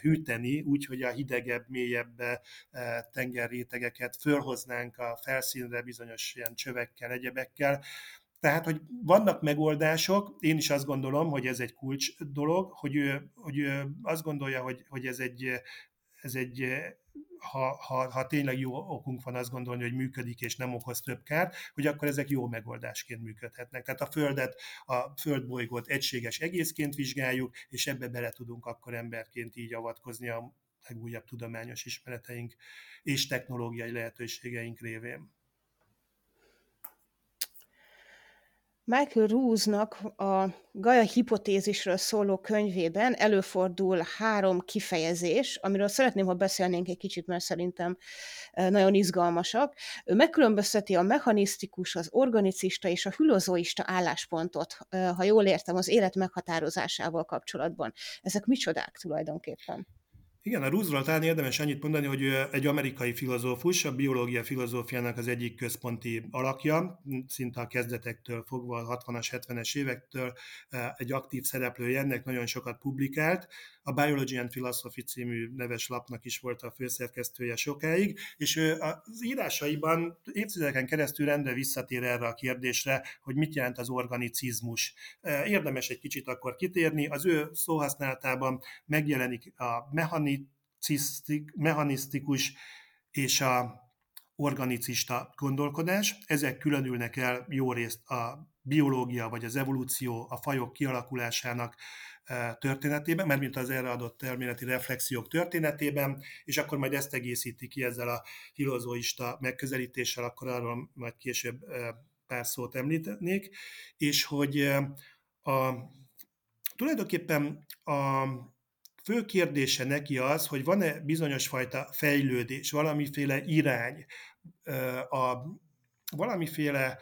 hűteni, úgyhogy a hidegebb, mélyebb tengerrétegeket fölhoznánk a felszínre bizonyos ilyen csövekkel, egyebekkel. Tehát, hogy vannak megoldások, én is azt gondolom, hogy ez egy kulcs dolog, hogy ő azt gondolja, hogy ez egy ha tényleg jó okunk van azt gondolni, hogy működik és nem okoz több kárt, hogy akkor ezek jó megoldásként működhetnek. Tehát a földbolygót egységes egészként vizsgáljuk, és ebbe bele tudunk akkor emberként így avatkozni a legújabb tudományos ismereteink és technológiai lehetőségeink révén. Michael Ruse-nak a Gaia hipotézisről szóló könyvében előfordul 3 kifejezés, amiről szeretném, ha beszélnénk egy kicsit, mert szerintem nagyon izgalmasak. Ő megkülönbözteti a mechanisztikus, az organicista és a filozoista álláspontot, ha jól értem, az élet meghatározásával kapcsolatban. Ezek micsodák tulajdonképpen? Igen, a Rooseról talán érdemes annyit mondani, hogy ő egy amerikai filozófus, a biológia filozófiának az egyik központi alakja, szinte a kezdetektől fogva, a 60-as, 70-es évektől egy aktív szereplője ennek, nagyon sokat publikált. A Biology and Philosophy című neves lapnak is volt a főszerkesztője sokáig, és ő az írásaiban évtizedeken keresztül rendre visszatér erre a kérdésre, hogy mit jelent az organicizmus. Érdemes egy kicsit akkor kitérni, az ő szóhasználatában megjelenik a mechanisztikus és a organicista gondolkodás. Ezek különülnek el jó részt a biológia vagy az evolúció, a fajok kialakulásának történetében, mert mint az erre adott elméleti reflexiók történetében, és akkor majd ezt egészíti ki ezzel a filozóista megközelítéssel, akkor arról majd később pár szót említenék, és hogy tulajdonképpen a fő kérdése neki az, hogy van-e bizonyos fajta fejlődés, valamiféle irány, valamiféle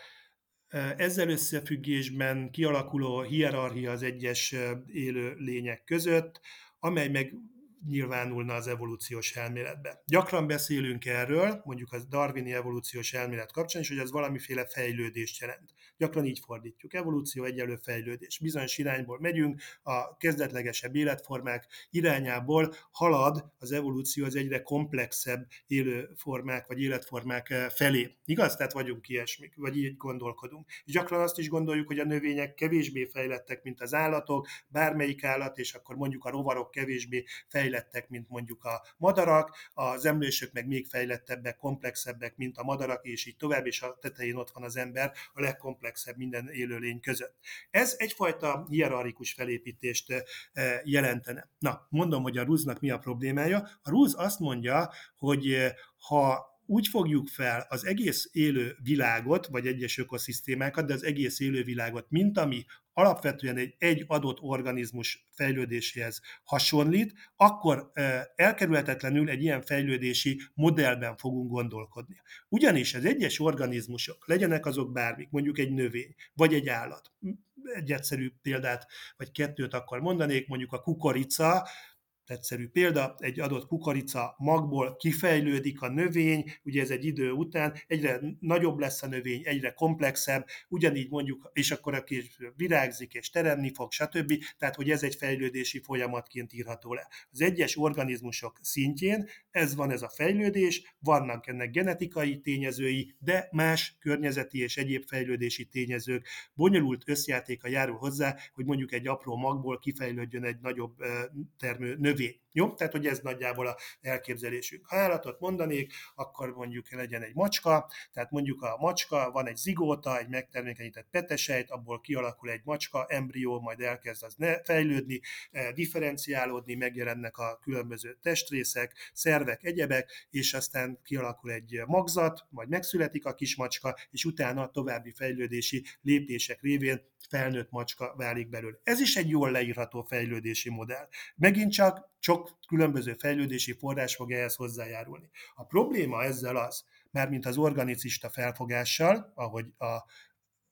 ezzel összefüggésben kialakuló hierarchia az egyes élő lények között, amely meg nyilvánulna az evolúciós elméletbe. Gyakran beszélünk erről, mondjuk a darwini evolúciós elmélet kapcsán is, hogy az valamiféle fejlődést jelent. Gyakran így fordítjuk. Evolúció egyenlő fejlődés. Bizonyos irányból megyünk, a kezdetlegesebb életformák irányából halad az evolúció az egyre komplexebb élőformák vagy életformák felé. Igaz? Tehát vagyunk ilyesmik, vagy így gondolkodunk. És gyakran azt is gondoljuk, hogy a növények kevésbé fejlettek, mint az állatok, bármelyik állat, és akkor mondjuk a rovarok kevésbé fejlettek, mint mondjuk a madarak, az emlősök meg még fejlettebbek, komplexebbek, mint a madarak, és így tovább, és a tetején ott van az ember, a legkomplexebb minden élőlény között. Ez egyfajta hierarchikus felépítést jelentene. Na, mondom, hogy a Ruse-nak mi a problémája. A Ruse azt mondja, hogy ha úgy fogjuk fel az egész élő világot, vagy egyes ökoszisztémákat, de az egész élő világot, mint ami alapvetően egy adott organizmus fejlődéséhez hasonlít, akkor elkerülhetetlenül egy ilyen fejlődési modellben fogunk gondolkodni. Ugyanis az egyes organizmusok, legyenek azok bármik, mondjuk egy növény, vagy egy állat, egy egyszerű példát, vagy kettőt akkor mondanék, mondjuk a kukorica, egyszerű példa, egy adott kukorica magból kifejlődik a növény, ugye ez egy idő után, egyre nagyobb lesz a növény, egyre komplexebb, ugyanígy mondjuk, és akkor a kis virágzik és teremni fog, stb. Tehát, hogy ez egy fejlődési folyamatként írható le. Az egyes organizmusok szintjén ez a fejlődés, vannak ennek genetikai tényezői, de más környezeti és egyéb fejlődési tényezők, bonyolult összjátéka járul hozzá, hogy mondjuk egy apró magból kifejlődjön egy nagyobb termő növény. Jó? Tehát, hogy ez nagyjából az elképzelésünk. Ha állatot mondanék, akkor mondjuk legyen egy macska, tehát mondjuk a macska, van egy zigóta, egy megtermékenyített petesejt, abból kialakul egy macska, embrió, majd elkezd az fejlődni, differenciálódni, megjelennek a különböző testrészek, szervek, egyebek, és aztán kialakul egy magzat, majd megszületik a kis macska, és utána további fejlődési lépések révén felnőtt macska válik belőle. Ez is egy jól leírható fejlődési modell. Megint csak sok különböző fejlődési forrás fog ehhez hozzájárulni. A probléma ezzel az, mármint az organicista felfogással, ahogy a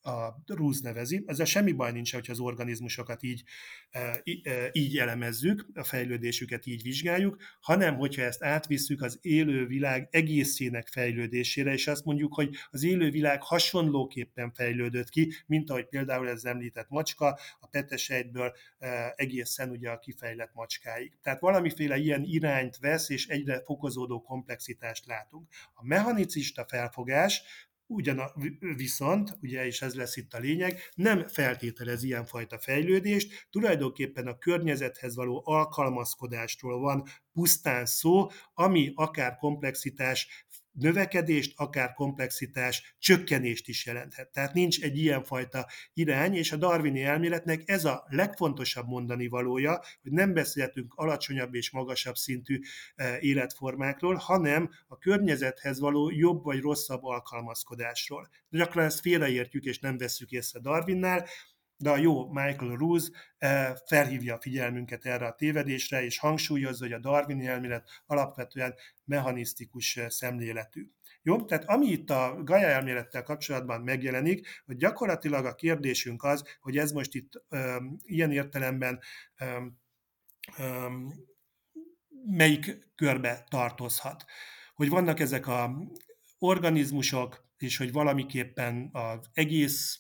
a Ruse nevezi. Ezzel semmi baj nincs, hogyha az organizmusokat így elemezzük, a fejlődésüket így vizsgáljuk, hanem hogyha ezt átvisszük az élővilág egészének fejlődésére, és azt mondjuk, hogy az élővilág hasonlóképpen fejlődött ki, mint ahogy például ez említett macska, a petesejtből egészen ugye a kifejlett macskáig. Tehát valamiféle ilyen irányt vesz, és egyre fokozódó komplexitást látunk. A mechanicista felfogás viszont, ugye, és ez lesz itt a lényeg, nem feltételez ilyenfajta fejlődést, tulajdonképpen a környezethez való alkalmazkodásról van pusztán szó, ami akár komplexitás növekedést, akár komplexitás csökkenést is jelenthet. Tehát nincs egy ilyenfajta irány, és a darwini elméletnek ez a legfontosabb mondani valója, hogy nem beszélhetünk alacsonyabb és magasabb szintű életformákról, hanem a környezethez való jobb vagy rosszabb alkalmazkodásról. Gyakran ezt félreértjük, és nem vesszük észre Darwinnál, de a jó Michael Ruse felhívja a figyelmünket erre a tévedésre, és hangsúlyozza, hogy a darwini elmélet alapvetően mechanisztikus szemléletű. Jó? Tehát ami itt a Gaia elmélettel kapcsolatban megjelenik, hogy gyakorlatilag a kérdésünk az, hogy ez most itt ilyen értelemben melyik körbe tartozhat. Hogy vannak ezek az organizmusok, és hogy valamiképpen az egész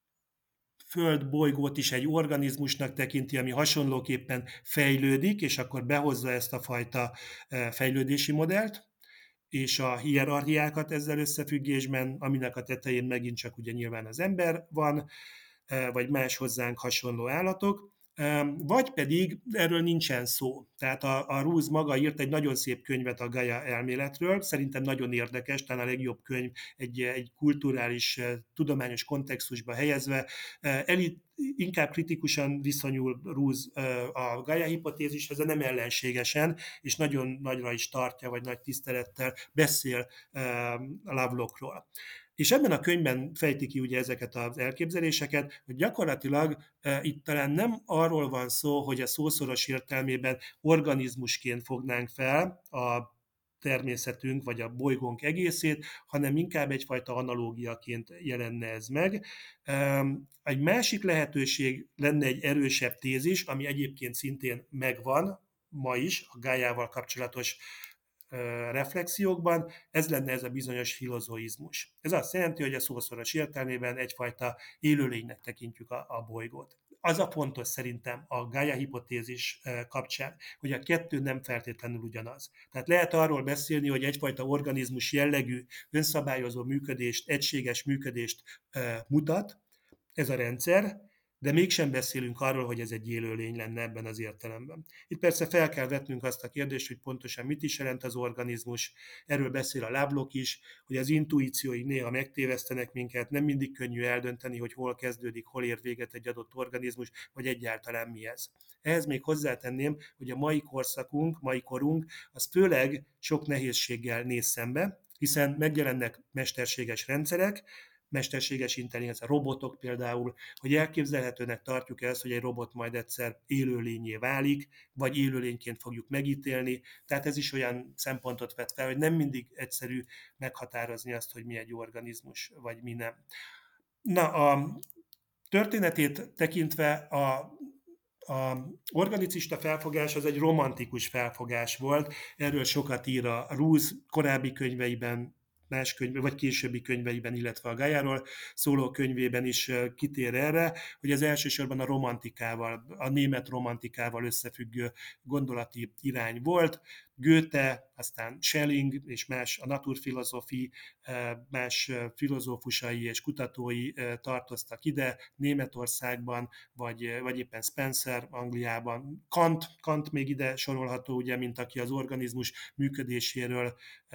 földbolygót is egy organizmusnak tekinti, ami hasonlóképpen fejlődik, és akkor behozza ezt a fajta fejlődési modellt, és a hierarchiákat ezzel összefüggésben, aminek a tetején megint csak ugye nyilván az ember van, vagy más hozzánk hasonló állatok, vagy pedig erről nincsen szó. Tehát a Ruse maga írt egy nagyon szép könyvet a Gaia elméletről, szerintem nagyon érdekes, talán a legjobb könyv egy kulturális, tudományos kontextusba helyezve. Inkább kritikusan viszonyul Ruse a Gaia hipotézishez, de nem ellenségesen, és nagyon nagyra is tartja, vagy nagy tisztelettel beszél Lovelockról. És ebben a könyvben fejti ki ugye ezeket az elképzeléseket, hogy gyakorlatilag itt talán nem arról van szó, hogy a szószoros értelmében organizmusként fognánk fel a természetünk vagy a bolygónk egészét, hanem inkább egyfajta analógiaként jelenne ez meg. Egy másik lehetőség lenne egy erősebb tézis, ami egyébként szintén megvan ma is a Gaiával kapcsolatos reflexiókban, ez lenne ez a bizonyos filozoizmus. Ez azt jelenti, hogy a szószoros értelmében egyfajta élőlénynek tekintjük a bolygót. Az a fontos szerintem a Gaia hipotézis kapcsán, hogy a kettő nem feltétlenül ugyanaz. Tehát lehet arról beszélni, hogy egyfajta organizmus jellegű, önszabályozó működést, egységes működést mutat ez a rendszer, de mégsem beszélünk arról, hogy ez egy élőlény lenne ebben az értelemben. Itt persze fel kell vetnünk azt a kérdést, hogy pontosan mit is jelent az organizmus. Erről beszél a Lovelock is, hogy az intuíciói néha megtévesztenek minket, nem mindig könnyű eldönteni, hogy hol kezdődik, hol ér véget egy adott organizmus, vagy egyáltalán mi ez. Ehhez még hozzátenném, hogy a mai korszakunk, mai korunk, az főleg sok nehézséggel néz szembe, hiszen megjelennek mesterséges rendszerek, mesterséges intelligencia, robotok például, hogy elképzelhetőnek tartjuk ezt, hogy egy robot majd egyszer élőlényé válik, vagy élőlényként fogjuk megítélni. Tehát ez is olyan szempontot vet fel, hogy nem mindig egyszerű meghatározni azt, hogy mi egy organizmus, vagy mi nem. Na, a történetét tekintve a organicista felfogás az egy romantikus felfogás volt, erről sokat ír a Ruse korábbi könyveiben, más könyvben, vagy későbbi könyveiben, illetve a Gaiáról szóló könyvében is kitér erre, hogy ez elsősorban a romantikával, a német romantikával összefüggő gondolati irány volt. Goethe, aztán Schelling és más a naturfilozófi, más filozófusai és kutatói tartoztak ide, Németországban, vagy éppen Spencer Angliában. Kant még ide sorolható, ugye, mint aki az organizmus működéséről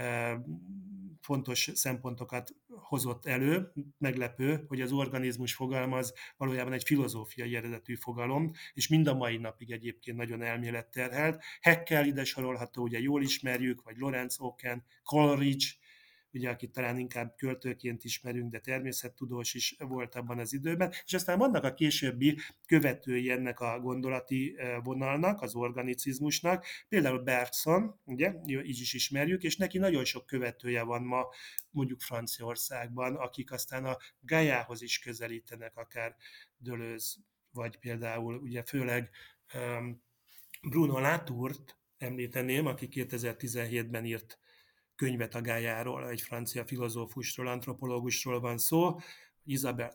fontos szempontokat hozott elő. Meglepő, hogy az organizmus fogalma az valójában egy filozófiai eredetű fogalom, és mind a mai napig egyébként nagyon elméletterhelt. Haeckel ide sorolható, ugye jól ismerjük, vagy Lawrence Oken, Coleridge, ugye, akit talán inkább költőként ismerünk, de természettudós is volt abban az időben, és aztán vannak a későbbi követői ennek a gondolati vonalnak, az organicizmusnak, például Bergson, ugye, így is ismerjük, és neki nagyon sok követője van ma, mondjuk Franciaországban, akik aztán a Gaillához is közelítenek, akár Deleuze, vagy például ugye főleg Bruno Latourt említeném, aki 2017-ben írt könyvet a Gailláról, egy francia filozófusról, antropológusról van szó, Isabelle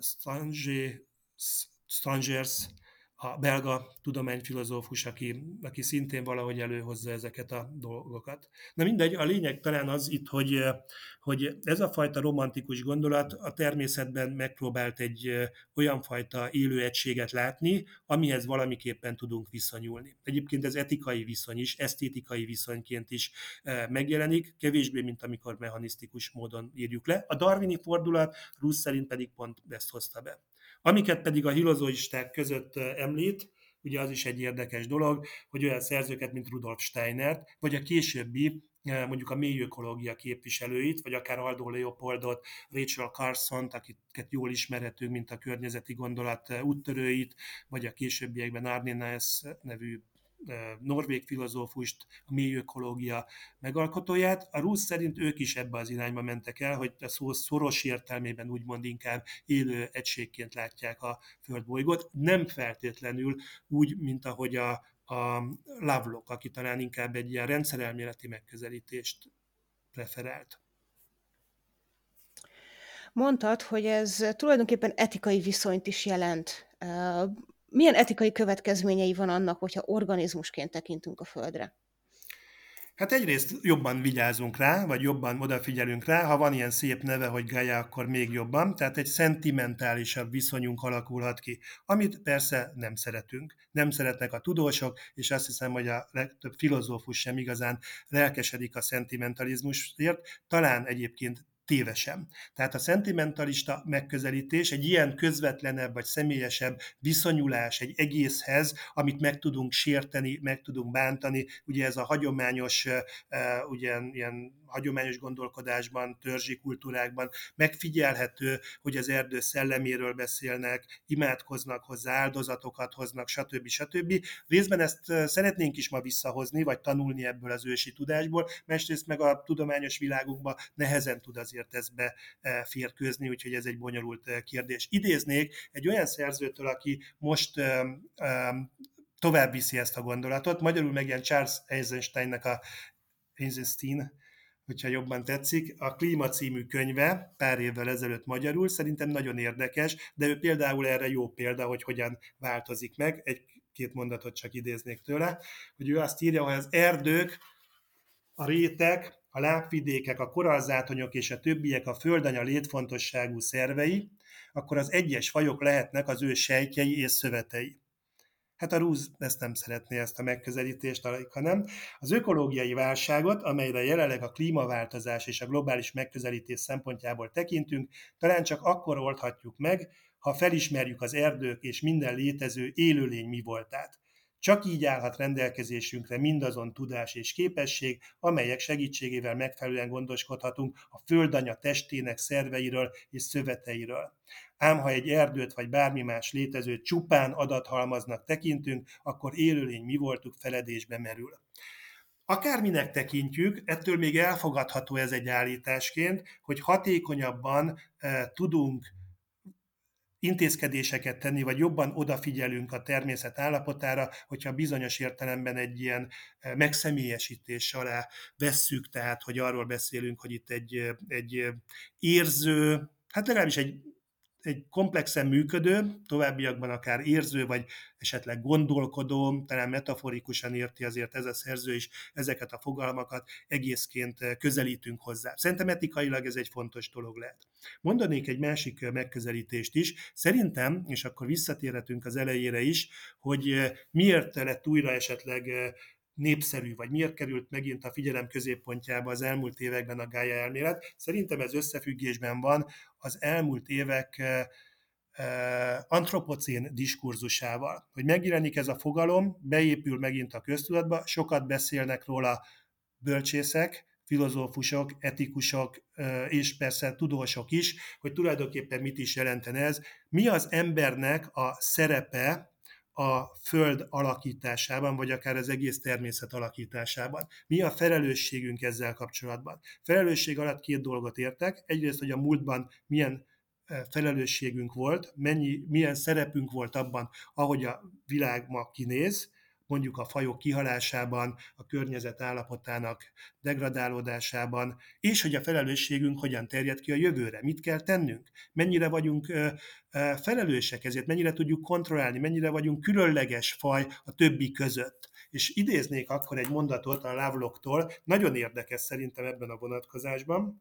Stangers, a belga tudományfilozófus, aki szintén valahogy előhozza ezeket a dolgokat. Na mindegy, a lényeg talán az itt, hogy ez a fajta romantikus gondolat a természetben megpróbált egy olyan fajta élő egységet látni, amihez valamiképpen tudunk viszonyulni. Egyébként ez etikai viszony is, esztétikai viszonyként is megjelenik, kevésbé, mint amikor mechanisztikus módon írjuk le. A darwini fordulat Rousse szerint pedig pont ezt hozta be. Amiket pedig a hilozoisták között említ, ugye az is egy érdekes dolog, hogy olyan szerzőket, mint Rudolf Steinert, vagy a későbbi, mondjuk a mély ökológia képviselőit, vagy akár Aldo Leopoldot, Rachel Carsont, akiket jól ismerhetünk, mint a környezeti gondolat úttörőit, vagy a későbbiekben Arne Naess nevű norvég filozófust, a mély ökológia megalkotóját. A Rousse szerint ők is ebbe az irányba mentek el, hogy a szó szoros értelmében úgymond inkább élő egységként látják a földbolygót, nem feltétlenül úgy, mint ahogy a Lovelock, aki talán inkább egy ilyen rendszerelméleti megközelítést preferált. Mondtad, hogy ez tulajdonképpen etikai viszonyt is jelent. Milyen etikai következményei van annak, hogyha organizmusként tekintünk a Földre? Hát egyrészt jobban vigyázunk rá, vagy jobban odafigyelünk rá, ha van ilyen szép neve, hogy Gaia, akkor még jobban, tehát egy szentimentálisabb viszonyunk alakulhat ki, amit persze nem szeretünk. Nem szeretnek a tudósok, és azt hiszem, hogy a legtöbb filozófus sem igazán lelkesedik a szentimentalizmusért, talán egyébként tévesen. Tehát a szentimentalista megközelítés egy ilyen közvetlenebb vagy személyesebb viszonyulás egy egészhez, amit meg tudunk sérteni, meg tudunk bántani. Ugye ez a hagyományos, ilyen hagyományos gondolkodásban, törzsi kultúrákban megfigyelhető, hogy az erdő szelleméről beszélnek, imádkoznak hozzá, áldozatokat hoznak, stb. Részben ezt szeretnénk is ma visszahozni, vagy tanulni ebből az ősi tudásból, másrészt meg a tudományos világunkban nehezen tud azért ez beférkőzni, úgyhogy ez egy bonyolult kérdés. Idéznék egy olyan szerzőtől, aki most tovább viszi ezt a gondolatot, magyarul megjelent Charles Eisensteinnek Eisenstein, hogyha jobban tetszik, a Klíma című könyve pár évvel ezelőtt magyarul, szerintem nagyon érdekes, de ő például erre jó példa, hogy hogyan változik meg. Egy-két mondatot csak idéznék tőle, hogy ő azt írja, hogy az erdők, a rétek, a lábvidékek, a korallzátonyok és a többiek a földanya létfontosságú szervei, akkor az egyes fajok lehetnek az ő sejtjei és szövetei. Hát a Rousse ezt nem szeretné, ezt a megközelítést, hanem az ökológiai válságot, amelyre jelenleg a klímaváltozás és a globális megközelítés szempontjából tekintünk, talán csak akkor oldhatjuk meg, ha felismerjük az erdők és minden létező élőlény mi voltát. Csak így állhat rendelkezésünkre mindazon tudás és képesség, amelyek segítségével megfelelően gondoskodhatunk a földanya testének szerveiről és szöveteiről. Ám ha egy erdőt vagy bármi más létezőt csupán adathalmaznak tekintünk, akkor élőlény mi voltuk feledésbe merül. Akárminek tekintjük, ettől még elfogadható ez egy állításként, hogy hatékonyabban tudunk intézkedéseket tenni, vagy jobban odafigyelünk a természet állapotára, hogyha bizonyos értelemben egy ilyen megszemélyesítés alá vesszük, tehát hogy arról beszélünk, hogy itt egy érző, hát legalábbis egy komplexen működő, továbbiakban akár érző, vagy esetleg gondolkodó, talán metaforikusan érti azért ez a szerző is ezeket a fogalmakat, egészként közelítünk hozzá. Szerintem etikailag ez egy fontos dolog lehet. Mondanék egy másik megközelítést is. Szerintem, és akkor visszatérhetünk az elejére is, hogy miért lett újra esetleg népszerű, vagy miért került megint a figyelem középpontjába az elmúlt években a Gaia elmélet. Szerintem ez összefüggésben van az elmúlt évek antropocén diskurzusával. Hogy megjelenik ez a fogalom, beépül megint a köztudatba, sokat beszélnek róla bölcsészek, filozófusok, etikusok és persze tudósok is, hogy tulajdonképpen mit is jelentene ez. Mi az embernek a szerepe a Föld alakításában, vagy akár az egész természet alakításában? Mi a felelősségünk ezzel kapcsolatban? Felelősség alatt 2 dolgot értek. Egyrészt, hogy a múltban milyen felelősségünk volt, milyen szerepünk volt abban, ahogy a világ ma kinéz, mondjuk a fajok kihalásában, a környezet állapotának degradálódásában, és hogy a felelősségünk hogyan terjed ki a jövőre, mit kell tennünk, mennyire vagyunk felelősek ezért, mennyire tudjuk kontrollálni, mennyire vagyunk különleges faj a többi között. És idéznék akkor egy mondatot a Lovelocktól, nagyon érdekes szerintem ebben a vonatkozásban.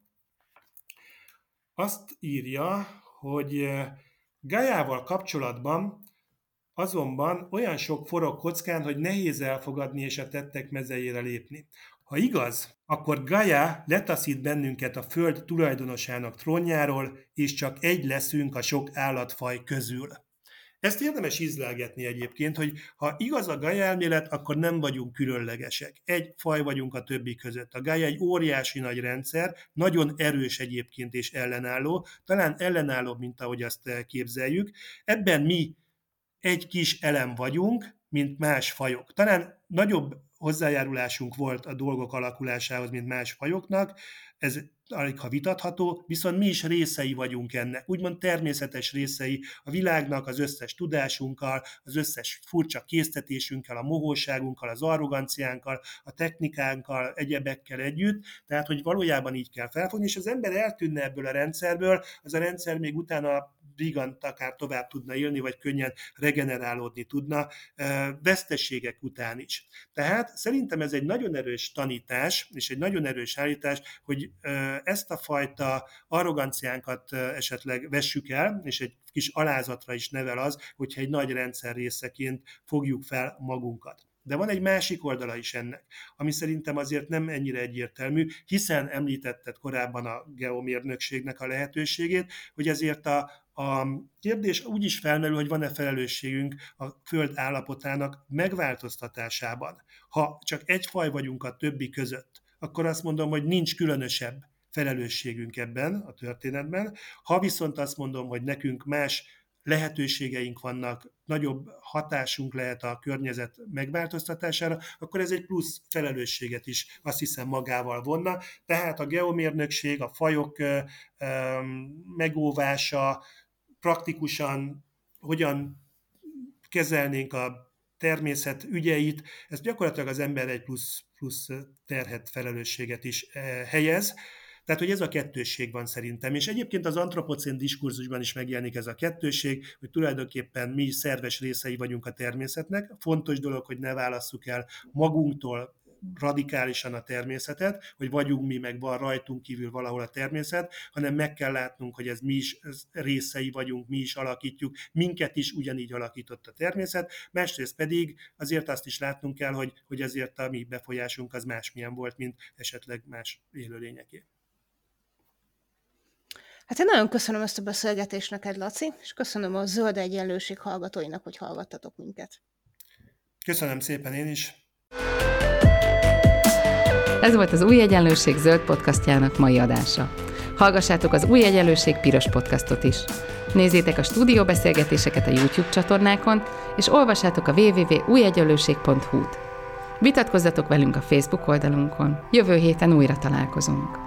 Azt írja, hogy Gaiával kapcsolatban azonban olyan sok forog kockán, hogy nehéz elfogadni és a tettek mezejére lépni. Ha igaz, akkor Gaia letaszít bennünket a Föld tulajdonosának trónjáról, és csak egy leszünk a sok állatfaj közül. Ezt érdemes ízlelgetni egyébként, hogy ha igaz a Gaia elmélet, akkor nem vagyunk különlegesek. Egy faj vagyunk a többi között. A Gaia egy óriási nagy rendszer, nagyon erős egyébként és ellenálló, talán ellenállóbb, mint ahogy azt képzeljük. Ebben mi egy kis elem vagyunk, mint más fajok. Talán nagyobb hozzájárulásunk volt a dolgok alakulásához, mint más fajoknak, ez alig ha vitatható, viszont mi is részei vagyunk ennek, úgymond természetes részei a világnak, az összes tudásunkkal, az összes furcsa késztetésünkkel, a mohóságunkkal, az arroganciánkkal, a technikánkkal, egyebekkel együtt, tehát hogy valójában így kell felfogni, és az ember eltűnne ebből a rendszerből, az a rendszer még utána brigant akár tovább tudna élni, vagy könnyen regenerálódni tudna veszteségek után is. Tehát szerintem ez egy nagyon erős tanítás, és egy nagyon erős állítás, hogy ezt a fajta arroganciánkat esetleg vessük el, és egy kis alázatra is nevel az, hogyha egy nagy rendszer részeként fogjuk fel magunkat. De van egy másik oldala is ennek, ami szerintem azért nem ennyire egyértelmű, hiszen említetted korábban a geomérnökségnek a lehetőségét, hogy ezért a kérdés úgy is felmerül, hogy van-e felelősségünk a Föld állapotának megváltoztatásában. Ha csak egy faj vagyunk a többi között, akkor azt mondom, hogy nincs különösebb felelősségünk ebben a történetben. Ha viszont azt mondom, hogy nekünk más lehetőségeink vannak, nagyobb hatásunk lehet a környezet megváltoztatására, akkor ez egy plusz felelősséget is azt hiszem magával vonna. Tehát a geomérnökség, a fajok megóvása, praktikusan hogyan kezelnénk a természet ügyeit, ez gyakorlatilag az ember egy plusz terhet, felelősséget is helyez. Tehát, hogy ez a kettősség van szerintem. És egyébként az antropocén diskurzusban is megjelenik ez a kettősség, hogy tulajdonképpen mi szerves részei vagyunk a természetnek. Fontos dolog, hogy ne válasszuk el magunktól radikálisan a természetet, hogy vagyunk mi, meg van rajtunk kívül valahol a természet, hanem meg kell látnunk, hogy ez mi is részei vagyunk, mi is alakítjuk, minket is ugyanígy alakított a természet, másrészt pedig azért azt is látnunk kell, hogy azért a mi befolyásunk az másmilyen volt, mint esetleg más élőlényeké. Hát én nagyon köszönöm ezt a beszélgetést neked, Laci, és köszönöm a Zöld Egyenlőség hallgatóinak, hogy hallgattatok minket. Köszönöm szépen én is. Ez volt az Új Egyenlőség zöld podcastjának mai adása. Hallgassátok az Új Egyenlőség piros podcastot is. Nézzétek a stúdióbeszélgetéseket a YouTube csatornákon, és olvassátok a www.újegyenlőség.hu-t. Vitatkozzatok velünk a Facebook oldalunkon. Jövő héten újra találkozunk.